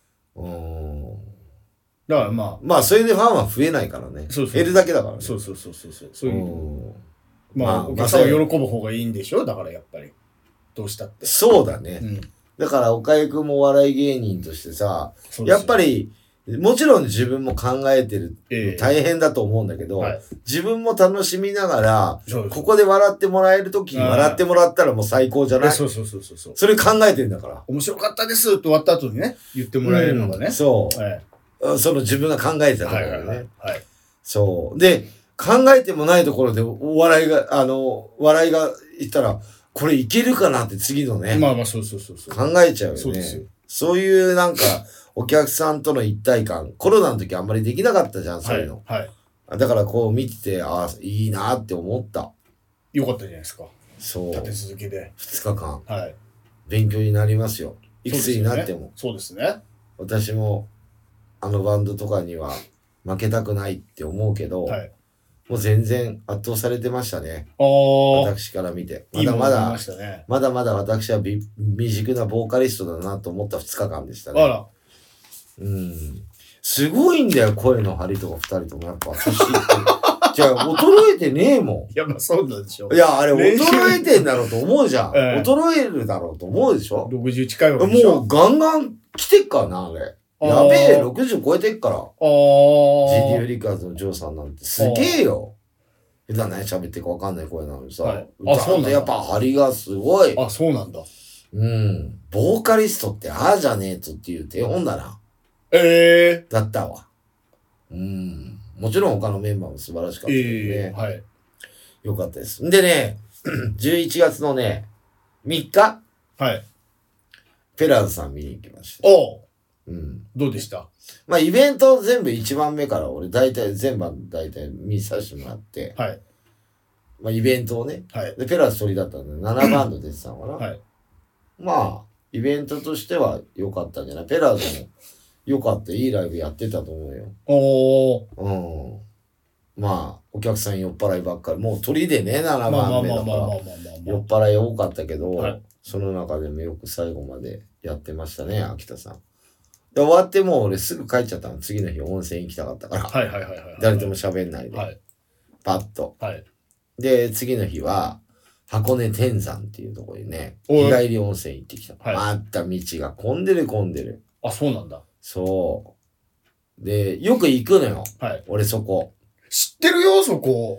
だからまあ、それでファンは増えないからね。減るだけだからね。 そういう。まあ、お客さんが喜ぶ方がいいんでしょ？だからやっぱり。どうしたって。 そうだね。だから、岡井くんもお笑い芸人としてさ、やっぱり、 もちろん自分も考えてる、大変だと思うんだけど、自分も楽しみながら、ここで笑ってもらえるときに笑ってもらったらもう最高じゃない？ そう。 それ考えてんだから。 面白かったですって終わった後にね、言ってもらえるのがね。 そう。その自分が考えてたところね。そう。で、考えてもないところで笑いが言ったら、これいけるかなって次のね。 まあそう。 考えちゃうよね。そうですよ。そういうなんか、お客さんとの一体感、コロナの時あんまりできなかったじゃん、そういうの。だからこう見てて、いいなって思った。 よかったじゃないですか。 そう。 立て続けで。 2日間。勉強になりますよ。いくつになっても。 そうですね。 私も、あのバンドとかには負けたくないって思うけど、もう全然圧倒されてましたね。私から見て。まだまだ私は未熟なボーカリストだなと思った2日間でしたね。すごいんだよ、声の張りとか2人とも。やっぱ私って。じゃあ、衰えてねえもん。 いや、まあそうなんでしょ。 いや、あれ衰えてんだろうと思うじゃん。衰えるだろうと思うでしょ。 60近いわけでしょ。 もうガンガン来てっからな、あれ。やべえ、60超えてっから。GD リカーズのジョーさんなんてすげえよ。普段何喋ってるか分かんない声なのにさ。そうなんだ。やっぱ張りがすごい。 そうなんだ。 ボーカリストってじゃねえとっていう手本だな。だったわ。もちろん他のメンバーも素晴らしかったけどね。よかったです。んでね、11月のね、3日。ペラーズさん見に行きました。 どうでした？ まあ、イベント全部1番目から俺全部見させてもらって、まあ、イベントをね、で、ペラーズ1人だったんで、7バンド出てたのかな。まあ、イベントとしては良かったんじゃない？ペラーズも良かった、いいライブやってたと思うよ。まあ、お客さん酔っ払いばっかり。もう鳥でね、7番目だから。酔っ払い多かったけど、その中でもよく最後までやってましたね、秋田さん。で、終わってもう俺すぐ帰っちゃったの。次の日温泉行きたかったから。誰とも喋んないで。パッと。で、次の日は、箱根天山っていうところにね、日帰り温泉行ってきた。また道が混んでる。 そうなんだ。 そう。で、よく行くのよ。俺そこ。 知ってるよ、そこ。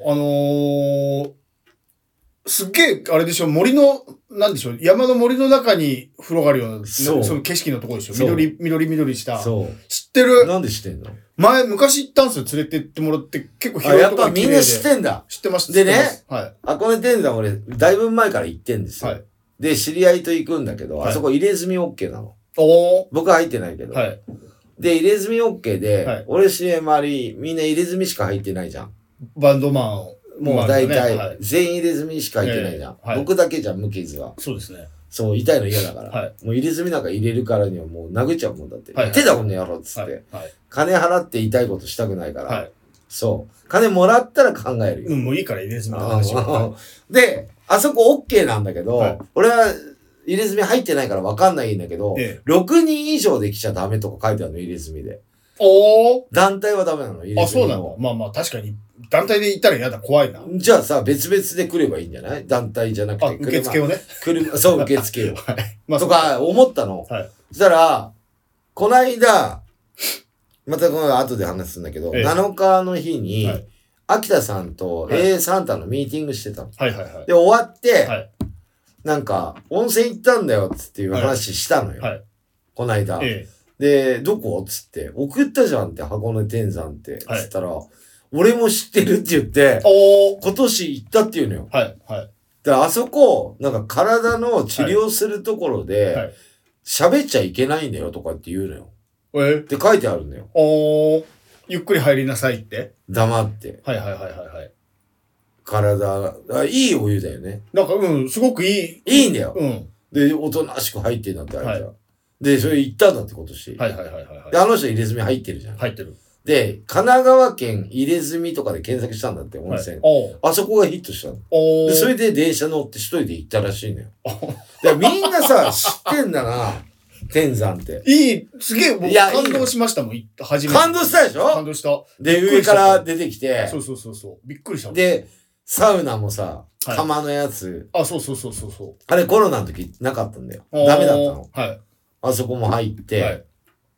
すっげえ、あれでしょ、なんでしょう、山の森の中に風呂があるような、その景色のところでしょ。緑した。知ってる。 なんで知ってんの？ 昔行ったんですよ、連れてってもらって、結構広いところやっぱみんな知ってんだ。 知ってます。 でね、箱根天山俺、だいぶ前から行ってんですよ。で、知り合いと行くんだけど、あそこ入れ墨 OK なの。僕は入ってないけど。で、入れ墨 OK で、俺知り合い周り、みんな入れ墨しか入ってないじゃん。 バンドマンを。 もう大体、全員入れ墨しか入ってないじゃん。僕だけじゃん、無傷は。 そうですね。 そう、痛いの嫌だから。もう入れ墨なんか入れるからにはもう殴っちゃうもんだって。手だこの野郎っつって。金払って痛いことしたくないから。そう。金もらったら考えるよ。 もういいから入れ墨の話は。 で、あそこ OK なんだけど、俺は入れ墨入ってないから分かんないんだけど、6人以上で来ちゃダメとか書いてあるの、入れ墨で。団体はダメなの、入れ墨。 そうなの。まあまあ確かに。団体で行ったら嫌だ、怖いな。 じゃあさ、別々で来ればいいんじゃない？団体じゃなくて。 受付をね。 そう、受付を。とか、思ったの。そしたら、こないだ、またこの後で話すんだけど、7日の日に、秋田さんと A サンタのミーティングしてたの。で、終わって、なんか、温泉行ったんだよ、つっていう話したのよ。こないだ。で、どこつって、送ったじゃんって、箱根天山って。つったら、俺も知ってるって言って、今年行ったっていうのよ。で、あそこ、なんか体の治療するところで、喋っちゃいけないんだよとかって言うのよ。って書いてあるんだよ。 ゆっくり入りなさいって。 黙って。体、いいお湯だよね。 なんか、すごくいい。 いいんだよ。で、おとなしく入ってんだってあれじゃん。で、それ行ったんだって今年。で、あの人入れ墨入ってるじゃん。 入ってる。で、 神奈川県入れ墨とかで検索したんだって、温泉。あそこがヒットしたの。で、それで電車乗って一人で行ったらしいのよ。で、みんなさ、知ってんだな、天山って。 すげえ、僕感動しましたもん、初めて。 感動したでしょ？ 感動した。 で、上から出てきて。 そう。びっくりした。 で、サウナもさ、釜のやつ。 そう。 あれコロナの時なかったんだよ。ダメだったの。あそこも入って。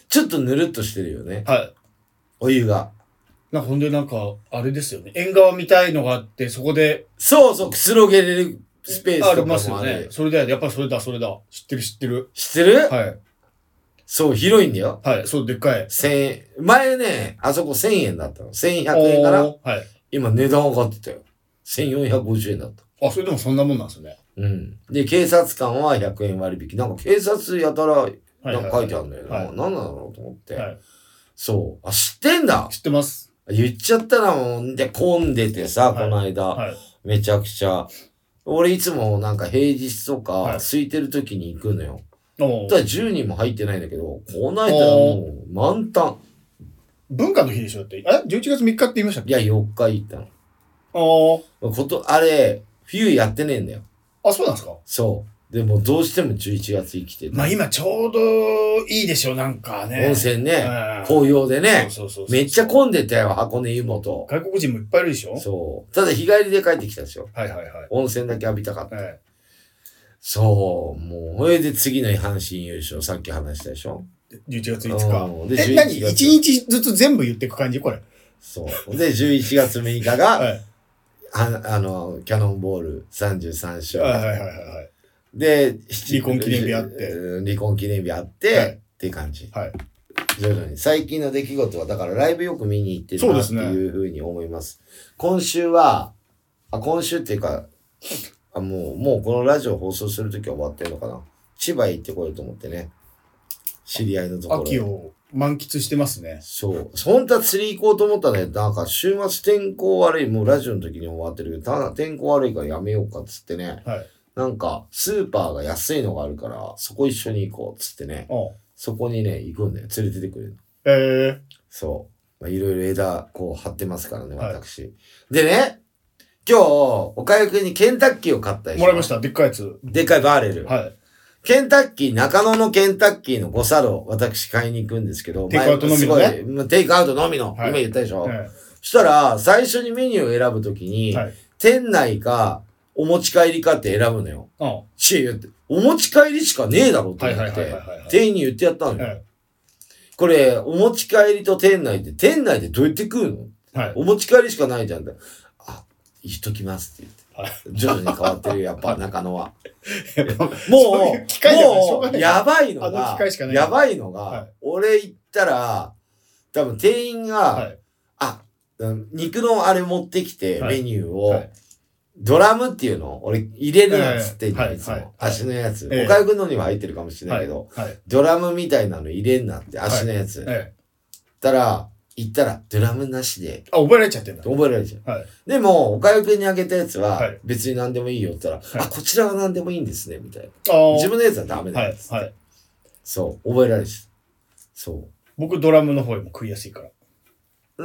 ちょっとぬるっとしてるよね。 はい。 お湯が。 ほんであれですよね。縁側みたいのがあって、そこで。 そうそう、くつろげれるスペースとかもある。ありますよね。 それだよ。やっぱりそれだ。知ってる。知ってる？ はい。 そう、広いんだよ。 はい、そう、でっかい。 1000円。前ね、あそこ1000円だったの。1100円から。はい。今値段上がってたよ。1450円だった。 あ、それでもそんなもんなんですね。 うん。で、警察官は100円割引。なんか警察やたら、なんか書いてあるんだよな。何なんだろうと思って。はい。そう。あ、知ってんだ。 知ってます。 言っちゃったらもんで、混んでてさ、この間。はい。めちゃくちゃ。俺いつもなんか平日とか、空いてる時に行くのよ。ただ10人も入ってないんだけど、この間もう満タン。 文化の日でしょって。11月3日って言いましたっけ？ いや、4日行ったの。あれ、冬やってねえんだよ。 あ、そうなんですか？ そう。でもどうしても11月生きてる。 まあ今ちょうどいいでしょ、なんかね。 温泉ね。紅葉でね。めっちゃ混んでたよ、箱根湯本。 外国人もいっぱいいるでしょ？ そう。ただ日帰りで帰ってきたんですよ。 はい。 温泉だけ浴びたかった。そう。もう、それで次の阪神優勝、さっき話したでしょ？ 11月5日。何 ?1 日ずつ全部言っていく感じこれ。 そう。で、11月6日が、キャノンボール33勝。はい。で、 離婚記念日あって。 離婚記念日あって、っていう感じ。はい。徐々に。最近の出来事は、だからライブよく見に行ってるなっていうふうに思います。今週っていうか、もうこのラジオ放送するときは終わってるのかな。千葉行ってこようと思ってね。知り合いのところ。 秋を満喫してますね。 そう。本当は釣り行こうと思ったね。なんか週末天候悪い。もうラジオの時に終わってるけど、天候悪いからやめようかっつってね。はい。なんか、スーパーが安いのがあるから、そこ一緒に行こうっつってね。そこにね、行くんだよ。連れてってくれるの。そう。まあ、いろいろ枝、こう、張ってますからね、私。はい、でね、今日、おかゆくんにケンタッキーを買ったでしょ。 もらいました。でっかいやつ。 でっかいバーレル。はい。ケンタッキー、中野のケンタッキーの誤差路、私買いに行くんですけど、 テイクアウトのみのね。 テイクアウトのみの、はい、今言ったでしょ。はい、そしたら、最初にメニューを選ぶときに、はい、店内か、お持ち帰りかって選ぶのよ。お持ち帰りしかねえだろって思って、店員に言ってやったのよ。はい、これ、お持ち帰りと店内でどうやって食うの、はい、お持ち帰りしかないじゃん。言っときますって言って。徐々に変わってる、やっぱ中野は。もう、やばいのが、俺行ったら、多分店員が、肉のあれ持ってきて、メニューを、ドラムっていうの俺入れるなっつってんじゃん、いつも。足のやつ。おかゆくんのには入ってるかもしれないけど、ドラムみたいなの入れんなって、足のやつ。行ったら、ドラムなしで。 覚えられちゃってんだ。 覚えられちゃう。でも、おかゆくんにあげたやつは、別に何でもいいよって言ったら、こちらは何でもいいんですね、みたいな。自分のやつはダメだっつって。そう、覚えられちゃう。そう。 僕、ドラムの方よりも食いやすいから。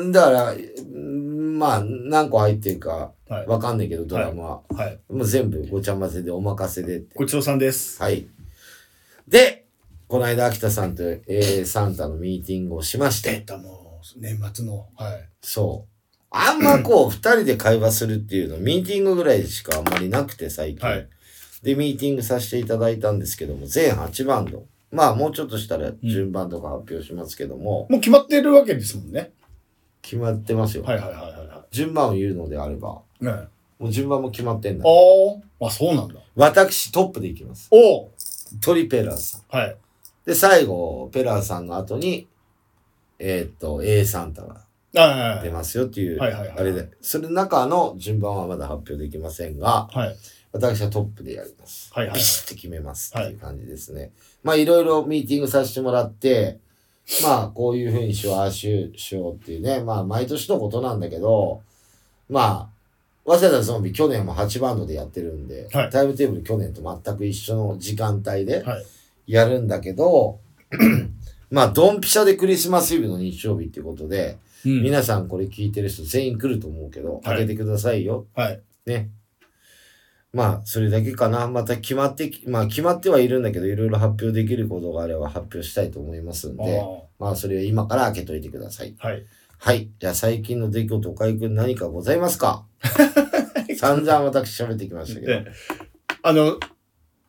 だから、まあ、何個入ってるか、わかんないけど、ドラムは。もう全部ごちゃ混ぜでお任せでって。 ごちそうさんです。 はい。で、この間、秋田さんとサンタのミーティングをしまして。 年末の。はい。 そう。あんまこう、二人で会話するっていうの、ミーティングぐらいしかあんまりなくて、最近。はい。で、ミーティングさせていただいたんですけども、全8バンド。まあ、もうちょっとしたら順番とか発表しますけども。 もう決まってるわけですもんね。 決まってますよ。 はい。 順番を言うのであれば。ね。もう順番も決まってんだ。 そうなんだ。 私、トップでいきます。トリペラーさん。はい。で、最後、ペラーさんの後に、A サンタが出ますよっていう、あれで、それの中の順番はまだ発表できませんが、私はトップでやります。ビシッと決めますっていう感じですね。まあ、いろいろミーティングさせてもらって、まあ、こういう風にしよう、ああしようっていうね、まあ、毎年のことなんだけど、まあ、早稲田ゾンビ去年も8バンドでやってるんで、タイムテーブル去年と全く一緒の時間帯でやるんだけど、まあ、ドンピシャでクリスマスイブの日曜日っていうことで、皆さんこれ聞いてる人全員来ると思うけど、開けてくださいよ。ね。まあ、それだけかな。また決まってはいるんだけど、いろいろ発表できることがあれば発表したいと思いますんで、まあ、それは今から開けといてください。はい。じゃあ、最近の出来事、岡井くん何かございますか？散々私喋ってきましたけど。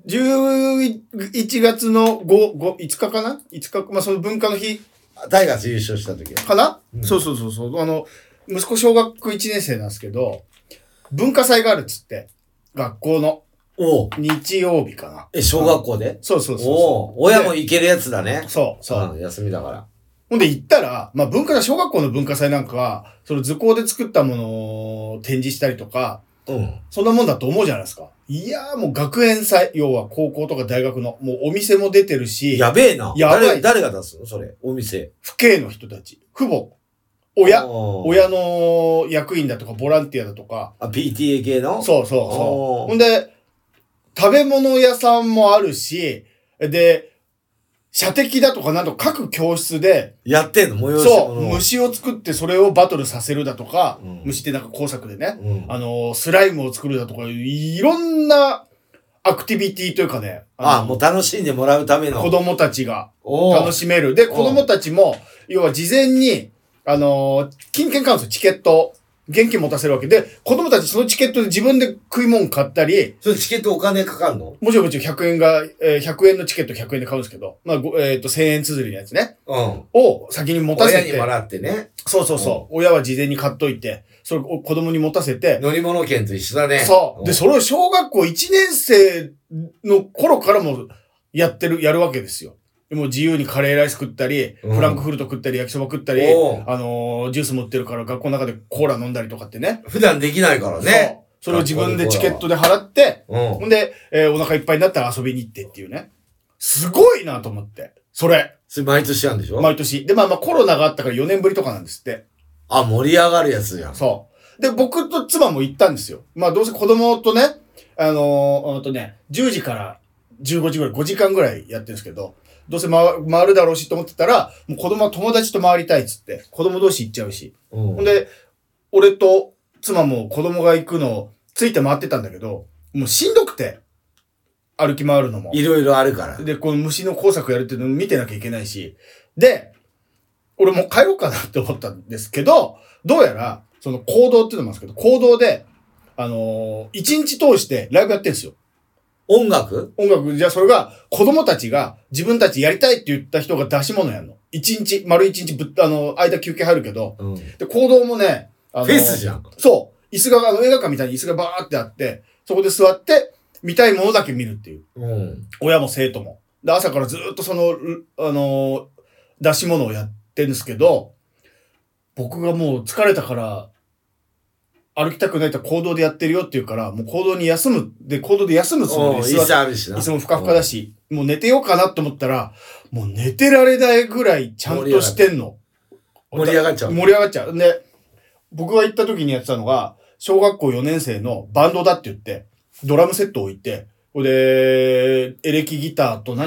11月の5日かな ?5 日、まあ、その文化の日。 タイガース優勝した時かな、そう。息子小学1年生なんですけど、文化祭があるっつって、学校の。日曜日かな。 小学校で？ そう。 親も行けるやつだね。 そう。 休みだから。 ほんで行ったら、まあ小学校の文化祭なんかは、その図工で作ったものを展示したりとか、そんなもんだと思うじゃないですか。いやーもう学園祭、要は高校とか大学の、もうお店も出てるし。 やべえな。 やばい。 誰が出すのそれ、お店。 父兄の人たち。父母。親の役員だとか、ボランティアだとか。 PTA 系の？ そう。ほんで、食べ物屋さんもあるし、で、射的だとかなんと各教室で。 やってんの？催し物。そう。虫を作ってそれをバトルさせるだとか、虫ってなんか工作でね、スライムを作るだとか、いろんなアクティビティというかね。 もう楽しんでもらうための。 子供たちが楽しめる。で、子供たちも、要は事前に、金券買うんですよ、チケット。現金持たせるわけで、子供たちそのチケットで自分で食い物買ったり。 それチケットお金かかるの？ もちろん100円が、100円のチケット100円で買うんですけど、まあ、1000円綴りのやつね。を先に持たせて。 親にもらってね。 そう。親は事前に買っといて、それを子供に持たせて。 乗り物券と一緒だね。 そう。で、それを小学校1年生の頃からもやるわけですよ。もう自由にカレーライス食ったり、フランクフルト食ったり、焼きそば食ったり、ジュース持ってるから学校の中でコーラ飲んだりとかってね。 普段できないからね。 それを自分でチケットで払って、ほんで、お腹いっぱいになったら遊びに行ってっていうね。すごいなと思って。それ毎年やるんでしょ？ 毎年。で、まあコロナがあったから4年ぶりとかなんですって。 盛り上がるやつじゃん。 そう。で、僕と妻も行ったんですよ。まあどうせ子供とね、10時から15時ぐらい、5時間ぐらいやってるんですけど、どうせ回るだろうしと思ってたら、もう子供は友達と回りたいっつって、子供同士行っちゃうし。ほんで、俺と妻も子供が行くのをついて回ってたんだけど、もうしんどくて、歩き回るのも。 いろいろあるから。 で、この虫の工作やるっていうのを見てなきゃいけないし。で、俺もう帰ろうかなって思ったんですけど、どうやら、その行動っていうのもあるんですけど、行動で、一日通してライブやってるんですよ。音楽、じゃあそれが、子供たちが自分たちやりたいって言った人が出し物やんの。丸一日間休憩入るけど、で、行動もね、 フェスじゃん。 そう。椅子が、映画館みたいに椅子がバーってあって、そこで座って、見たいものだけ見るっていう。親も生徒も。で、朝からずっと出し物をやってるんですけど、僕がもう疲れたから、歩きたくないと行動でやってるよって言うから、もう行動で休むつもりで。椅子もふかふかだし、もう寝てようかなと思ったら、もう寝てられないぐらいちゃんとしてんの。 盛り上がっちゃう。で、僕が行った時にやってたのが、小学校4年生のバンドだって言って、ドラムセットを置いて、エレキギターと、ベ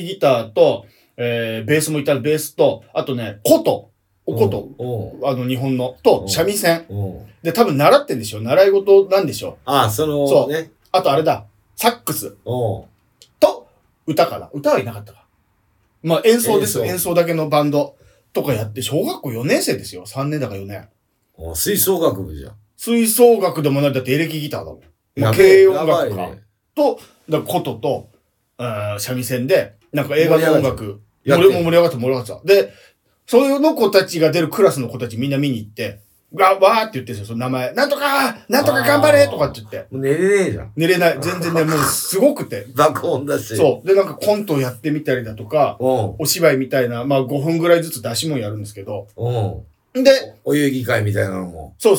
ースもいたらベースと、あとね、おこと、日本の、と、三味線。で、多分習ってんでしょ？習い事なんでしょ？そう。ね。あとあれだ、サックス。と、歌かな？歌はいなかったか。まあ演奏ですよ。演奏だけのバンドとかやって、小学校4年生ですよ。3年だか4年。 吹奏楽部じゃん。 吹奏楽でもない、だってエレキギターだもん。まあ、軽音楽か。と、琴と、三味線で、なんか映画の音楽。俺も盛り上がってた。で、そういうの子たちが出るクラスの子たちみんな見に行って、わーって言ってるんですよ、その名前。なんとか頑張れとかって言って。 もう寝れねえじゃん。 寝れない。全然ね、もうすごくて。 爆音だし。 そう。で、なんかコントをやってみたりだとか、お芝居みたいな、まあ5分ぐらいずつ出し物やるんですけど。で、 お遊戯会みたいなのも。 そう。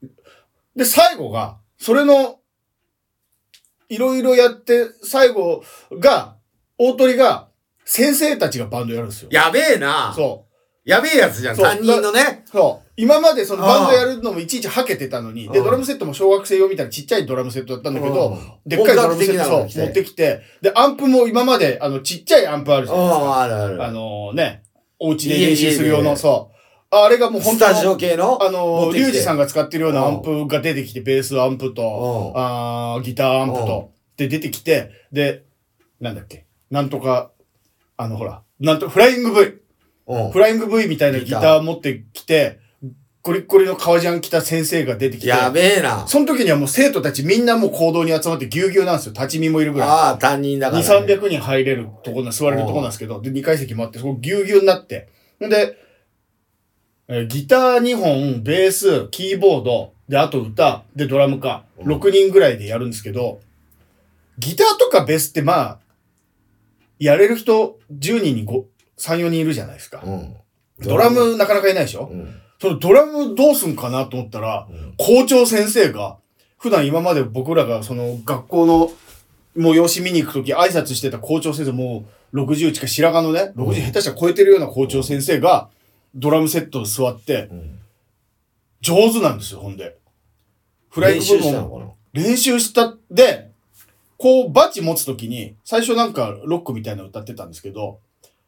で、最後が、それの、いろいろやって、最後が、大鳥が、先生たちがバンドやるんですよ。 やべえな。 そう。 やべえやつじゃん、担任のね。 そう。今までそのバンドやるのもいちいちはけてたのに、で、ドラムセットも小学生用みたいなちっちゃいドラムセットだったんだけど、でっかいドラムセットを持ってきて、で、アンプも今まで、ちっちゃいアンプあるじゃないですか。 ある。 お家で練習する用の、そう。あれがもう本当スタジオ系のリュウジさんが使ってるようなアンプが出てきて、ベースアンプと、ギターアンプと、で出てきて、で、なんだっけ、なんとか、フライング V。フライング V みたいなギター持ってきて、 ゴリッゴリの革ジャン着た先生が出てきて。 やべえな。 その時にはもう生徒たちみんなもう行動に集まってぎゅうぎゅうなんですよ。立ち見もいるぐらい。 ああ、担任だから、 ね。2、300人入れるとこ座れるとこなんですけど、で、2階席もあって、そこぎゅうぎゅうになって。で、ギター2本、ベース、キーボード、で、あと歌、で、ドラムか。6人ぐらいでやるんですけど、ギターとかベースってまあ、やれる人10人に3、4人いるじゃないですか。ドラムなかなかいないでしょ、そのドラムどうすんかなと思ったら、校長先生が、普段今まで僕らがその学校の催し見に行くとき挨拶してた校長先生も60近い白髪のね、60下手したら超えてるような校長先生が、ドラムセットで座って、上手なんですよ、ほんで。フライング部門練習したで、こうバチ持つときに、最初なんかロックみたいなの歌ってたんですけど、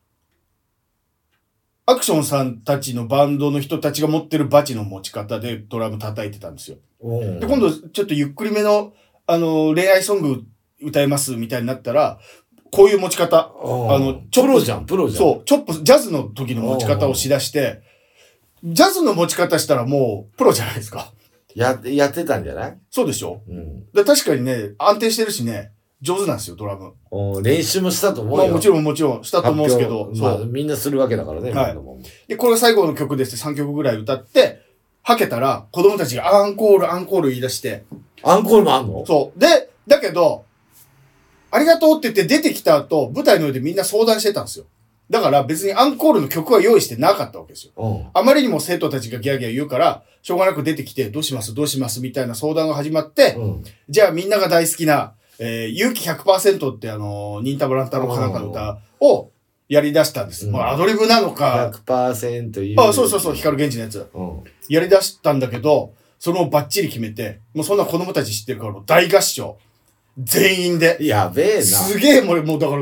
アクションさんたちのバンドの人たちが持ってるバチの持ち方でドラム叩いてたんですよ。で、今度ちょっとゆっくりめの、恋愛ソング歌いますみたいになったら、こういう持ち方。 プロじゃん。 そう、チョップ、ジャズの時の持ち方をしだして、ジャズの持ち方したらもうプロじゃないですか。 やってたんじゃない？ そうでしょ？で確かにね、安定してるしね、上手なんですよ、ドラム。 練習もしたと思うよ。 まあもちろんしたと思うんですけど。 そう。みんなするわけだからね。 はい。で、これが最後の曲ですって3曲ぐらい歌って、はけたら子供たちがアンコール言い出して。 アンコールもあんの？ そう。で、だけど、ありがとうって言って出てきた後、舞台の上でみんな相談してたんですよ。だから別にアンコールの曲は用意してなかったわけですよ。あまりにも生徒たちがギャーギャー言うから、しょうがなく出てきて、どうしますみたいな相談が始まって、じゃあみんなが大好きな、勇気 100% って忍たま乱太郎かなんかの歌をやり出したんです。まあアドリブなのか。 100% 勇気。 そう、光源氏のやつ。やり出したんだけど、それをバッチリ決めて、もうそんな子供たち知ってるからもう大合唱。全員で。 やべえな。 すげえ、もうだから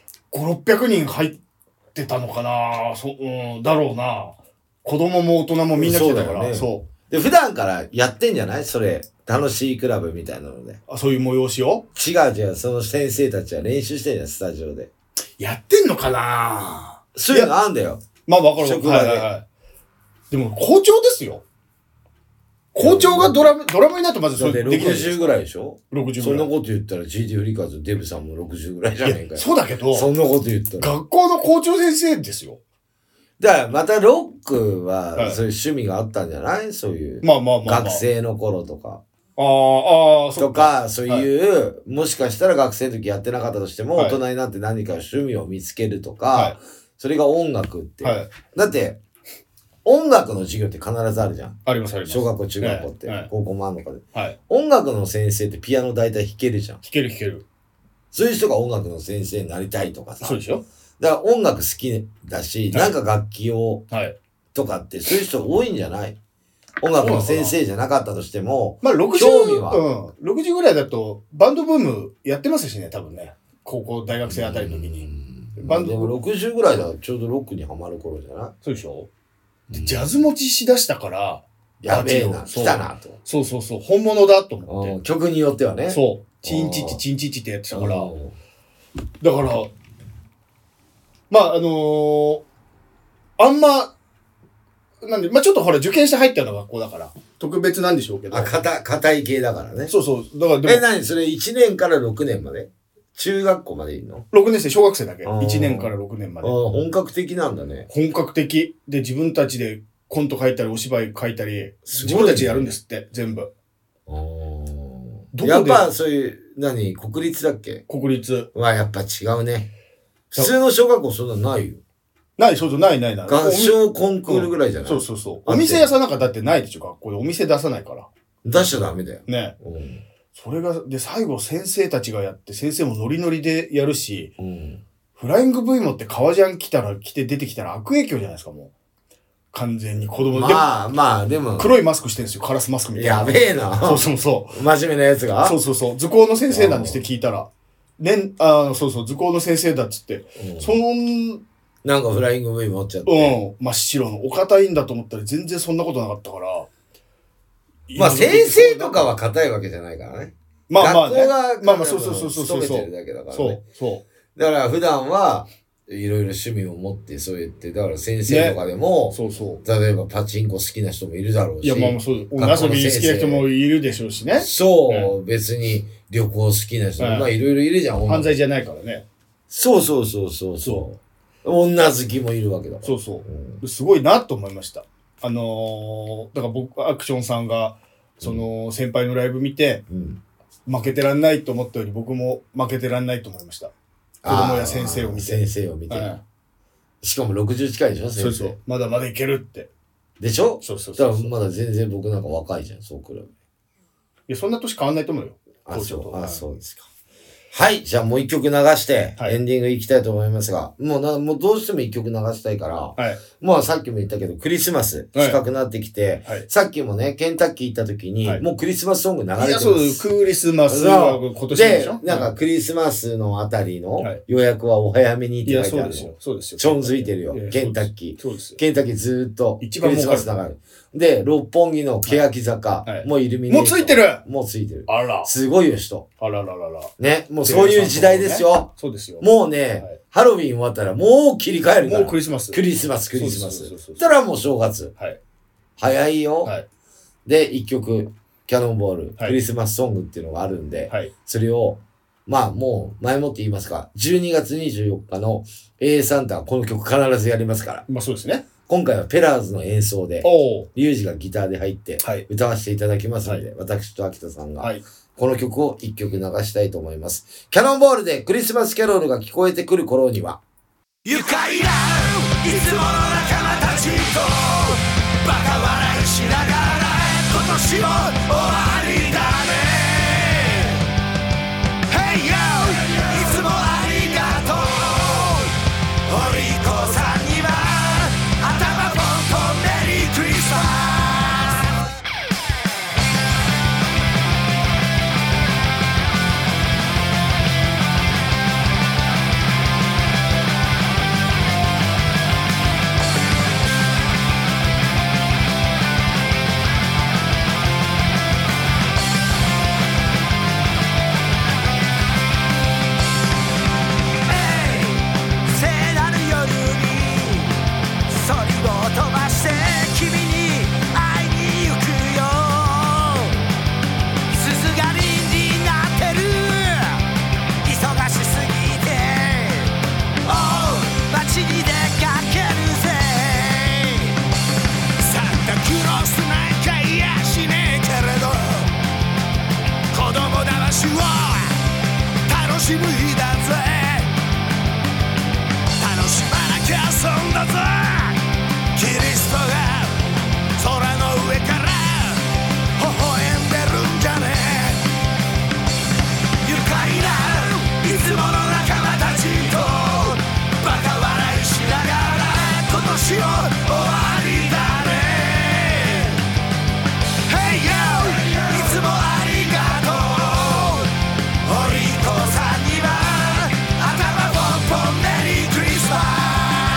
、5、600人入ってたのかなだろうな。子供も大人もみんな来てたから。そう。 で、普段からやってんじゃないそれ。楽しいクラブみたいなので。 そういう催しを違う。その先生たちは練習してんじゃん、スタジオで。 やってんのかなそういうのあんだよ。 まあわかる。はい。でも、校長ですよ。校長がドラムになってまずそれで60ぐらいでしょ ?60 ぐらい。 そんなこと言ったら GT フリカズデブさんも60ぐらいじゃねえかよ。 そうだけど。 そんなこと言ったら。 学校の校長先生ですよ。 だからまたロックはそういう趣味があったんじゃない？そういう。まあ。学生の頃とか。とか、そういう、もしかしたら学生の時やってなかったとしても、大人になって何か趣味を見つけるとか、それが音楽って。だって、音楽の授業って必ずあるじゃん。 あります。 小学校、中学校って、高校もあるのかで。音楽の先生ってピアノ大体弾けるじゃん。 弾ける。 そういう人が音楽の先生になりたいとかさ。 そうでしょ？ だから音楽好きだし、なんか楽器を、とかって、そういう人多いんじゃない？音楽の先生じゃなかったとしても、 まあ興味は。60ぐらいだと、バンドブームやってますしね、多分ね。高校、大学生あたりの時に。 バンドでも60ぐらいだとちょうどロックにハマる頃じゃない？ そうでしょ？ジャズ持ちしだしたから、 やべえな、来たなと。 そう、本物だと思って。 曲によってはね。 そう。チンチッチってやってたから。だから、まあ、あんま、なんで、まあちょっとほら、受験して入ったような学校だから、特別なんでしょうけど。 硬い系だからね。 そう。だからでも。 何それ1年から6年まで？中学校までいるの？ 6 年生、小学生だけ。1年から6年まで。 本格的なんだね。 本格的。で、自分たちでコント書いたり、お芝居書いたり、自分たちでやるんですって、全部。 やっぱそういう、国立だっけ？ 国立。 やっぱ違うね。普通の小学校そんなないよ。 ない。 合唱コンクールぐらいじゃない？ そう。お店屋さんなんかだってないでしょ、学校で。お店出さないから。 出しちゃダメだよ。 ね。それが、で、最後先生たちがやって、先生もノリノリでやるし、フライング V もって革ジャン来て出てきたら悪影響じゃないですか、もう。完全に子供で。 まあ、でも。 黒いマスクしてるんですよ、カラスマスクみたいな。 やべえな。 そう。 真面目なやつが？ そう。図工の先生なんですって聞いたら。図工の先生だっつって。 なんかフライング V 持っちゃって。 真っ白の。お堅いんだと思ったら全然そんなことなかったから。 まあ先生とかは硬いわけじゃないからね。 まあ、 学校が、 そう。 勤めてるだけだからね。 そう。 だから普段は、 いろいろ趣味を持ってそうやってだから先生とかでも、 そうそう。 例えばパチンコ好きな人もいるだろうし、 いやまあそう、女遊び好きな人もいるでしょうしね。 そう、別に旅行好きな人もまあいろいろいるじゃん。 犯罪じゃないからね。 そうそうそうそうそう。女好きもいるわけだから。 そうそう。すごいなと思いました。だから僕アクションさんがその先輩のライブ見て、負けてらんないと思ったより僕も負けてらんないと思いました。子供や先生を見て。 先生を見て。しかも60近いでしょ、先生。 そうそう。まだまだいけるって。 でしょ？ そうそうそう。 だからまだ全然僕なんか若いじゃん、そう比べ。いや、そんな年変わんないと思うよ。 そうですか。はい。じゃあもう一曲流して、エンディングいきたいと思いますが、もうどうしても一曲流したいから、まあさっきも言ったけど、クリスマス近くなってきて、さっきもね、ケンタッキー行った時に、もうクリスマスソング流れてます。いや、 そうです。クリスマスは今年でしょ？ で、なんかクリスマスのあたりの予約はお早めにって書いてある。 そうですよ。 ちょんづいてるよ、ケンタッキー。 そうですよ。 ケンタッキーずーっとクリスマス流れる。で、六本木の欅坂、もうイルミネーション。 もうついてる！ もうついてる。 あら。 すごいよ、人。 あらららら。 ね、もうそういう時代ですよ。 そうですよ。 もうね、ハロウィン終わったらもう切り替えるから。 もうクリスマス。 クリスマス。そしたらもう正月。早いよ。で、一曲、キャノンボール、クリスマスソングっていうのがあるんで、それを、まあもう前もって言いますか、12月24日の A サンタはこの曲必ずやりますから。 まあそうですね。 今回はペラーズの演奏で、リュウジがギターで入って歌わせていただきますので、私と秋田さんが、この曲を一曲流したいと思います。キャノンボールでクリスマスキャロルが聞こえてくる頃には、 愉快ないつもの仲間たちとバカ笑いしながら今年も終わりだね。 Hey yo いつもありがとう。おりこさんには頭ポンポンメリークリスマス。楽しむ日だぜ。楽しまなきゃ損だぜ。キリストが空の上から微笑んでるんじゃねえ。愉快ないつもの仲間たちとバカ笑いしながら今年を終わりだね。 Hey yo いつもありがとう。おりこさんには頭ポンポンメリークリスマス。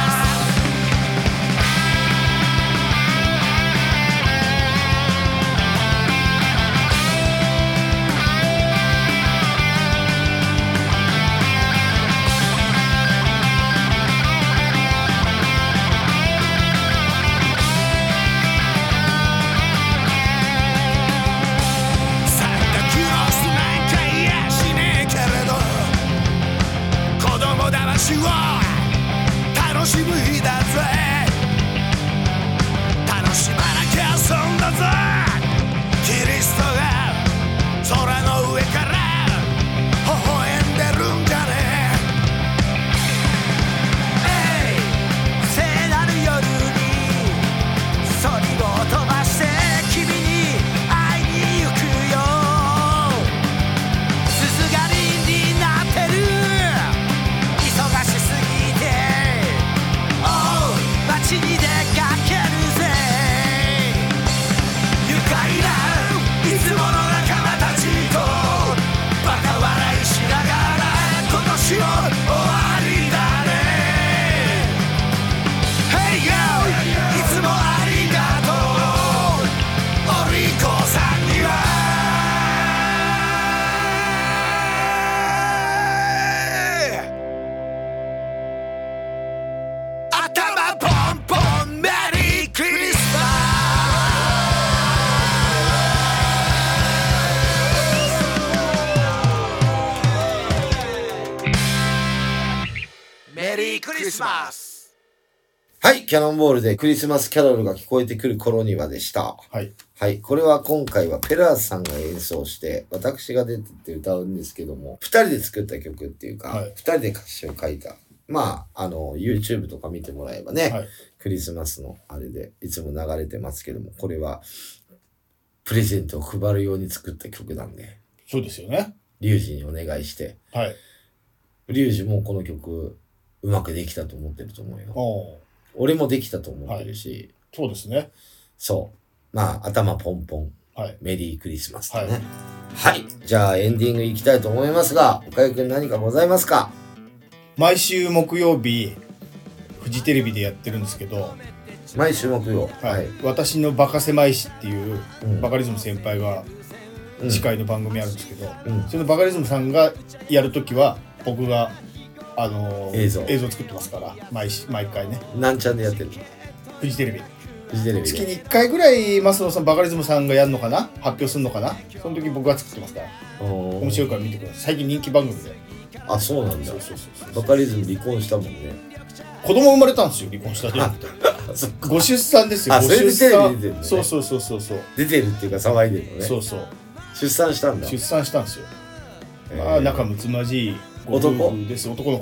サンタクロースなんかいやしねえけれど子供だましを楽しむ日だぜ。楽しまなきゃ損だぜ。キリストが空の上から微笑んでるんじゃねえ。聖なる夜にソリを飛ばして君に会いに行くよ。鈴が凛になってる忙しすぎて街に出かけるぜ。愉リスマス。 はい、キャノンボールでクリスマスキャロルが聞こえてくる頃にはでした。 はい。 はい、これは今回はペラーズさんが演奏して、私が出てって歌うんですけども、二人で作った曲っていうか、二人で歌詞を書いた。まあ、YouTube とか見てもらえばね、クリスマスのあれでいつも流れてますけども、これはプレゼントを配るように作った曲なんで。 そうですよね。 リュウジにお願いして。はい。リュウジもこの曲、うまくできたと思ってると思うよ。俺もできたと思ってるし。 そうですね。 そう。まあ、頭ポンポン。メリークリスマスだね。はい。じゃあ、エンディングいきたいと思いますが、岡井くん何かございますか？ 毎週木曜日、フジテレビでやってるんですけど、 毎週木曜。 はい。私のバカせまいしっていう、バカリズム先輩が司会の番組あるんですけど、そのバカリズムさんがやるときは、僕が、映像作ってますから、毎回ね。 何チャンでやってるの？ フジテレビ。月に 1回ぐらいマスノさんバカリズムさんがやるのかな、発表するのかな、その時僕が作ってますから、面白いから見てください。最近人気番組で。 あ、そうなんだ。バカリズム離婚したもんね。 子供生まれたんですよ、離婚したで。ご出産ですよ。 あ、それでテレビ出てるのね。 そう。 出てるっていうか騒いでるのね。 そう。 出産したんだ。 出産したんですよ。まあ仲睦まじい男です。男の子。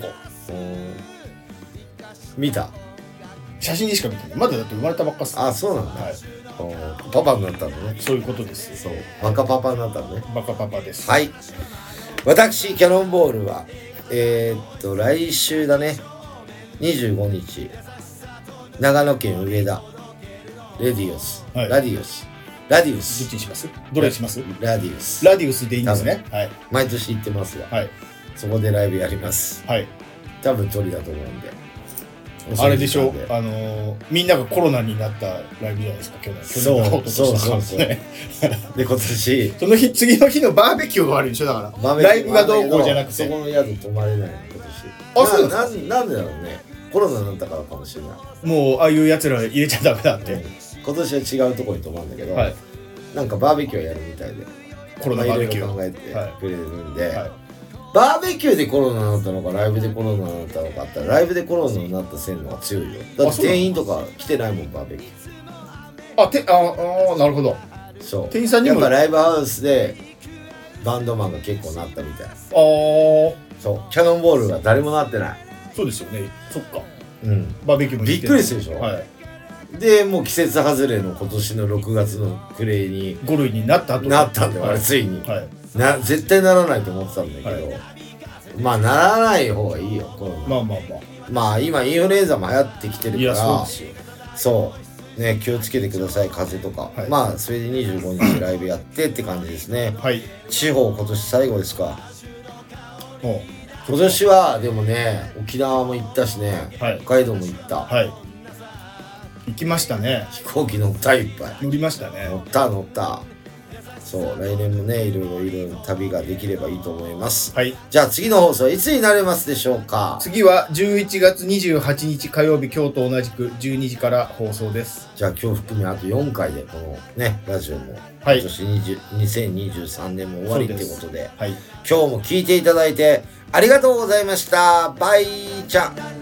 見た？ 写真にしか見てない。まだだって生まれたばっかっす。 あ、そうなんだ。パパになったのね。 そういうことです。 そう。バカパパになったのね。 バカパパです。 はい。私、キャノンボールは、来週だね。25日。長野県上田。ラディオス。どっちにします？どれにします？ ラディオス。 ラディオスでいいんですね。はい。 毎年行ってますが。はい。そこでライブやります。はい。多分鳥だと思うんで。 あれでしょ、みんながコロナになったライブじゃないですか、去年。 そう。で、今年。 その日、次の日のバーベキューが悪いでしょ、だから。ライブがどうこうじゃなくて。 そこの宿泊まれないの、今年。あ、そうなんでだろうね。コロナになったからかもしれない。 もう、ああいう奴ら入れちゃダメだって。 今年は違うところに泊まるんだけど、なんかバーベキューをやるみたいで。 コロナバーベキュー。 考えてくれるんで。バーベキューでコロナになったのかライブでコロナになったのかあったらライブでコロナになった線の方が強いよ。だって店員とか来てないもん、バーベキュー。なるほど。 そう。 店員さんにもやっぱライブハウスでバンドマンが結構なったみたい。そう。キャノンボールが誰もなってない。 そうですよね。そっか。バーベキューもびっくりするでしょ。で、もう季節外れの今年の6月の暮れに 5類になった後なったんだよ、あれついに。絶対ならないと思ってたんだけど、まあならない方がいいよ、この。まあ今インフルエンザも流行ってきてるから、そうね、気をつけてください、風邪とか。まあそれで25日ライブやってって感じですね。地方今年最後ですか。今年はでもね、沖縄も行ったしね、北海道も行った。 行きましたね。 飛行機乗ったいっぱい。 乗りましたね。 乗った。そう、来年もね、いろいろ旅ができればいいと思います。じゃあ次の放送はいつになれますでしょうか？ 次は11月28日火曜日、今日と同じく12時から放送です。 じゃあ今日含めあと4回でこのね、ラジオも今年2023年も終わりってことで、今日も聞いていただいてありがとうございました。バイチャ。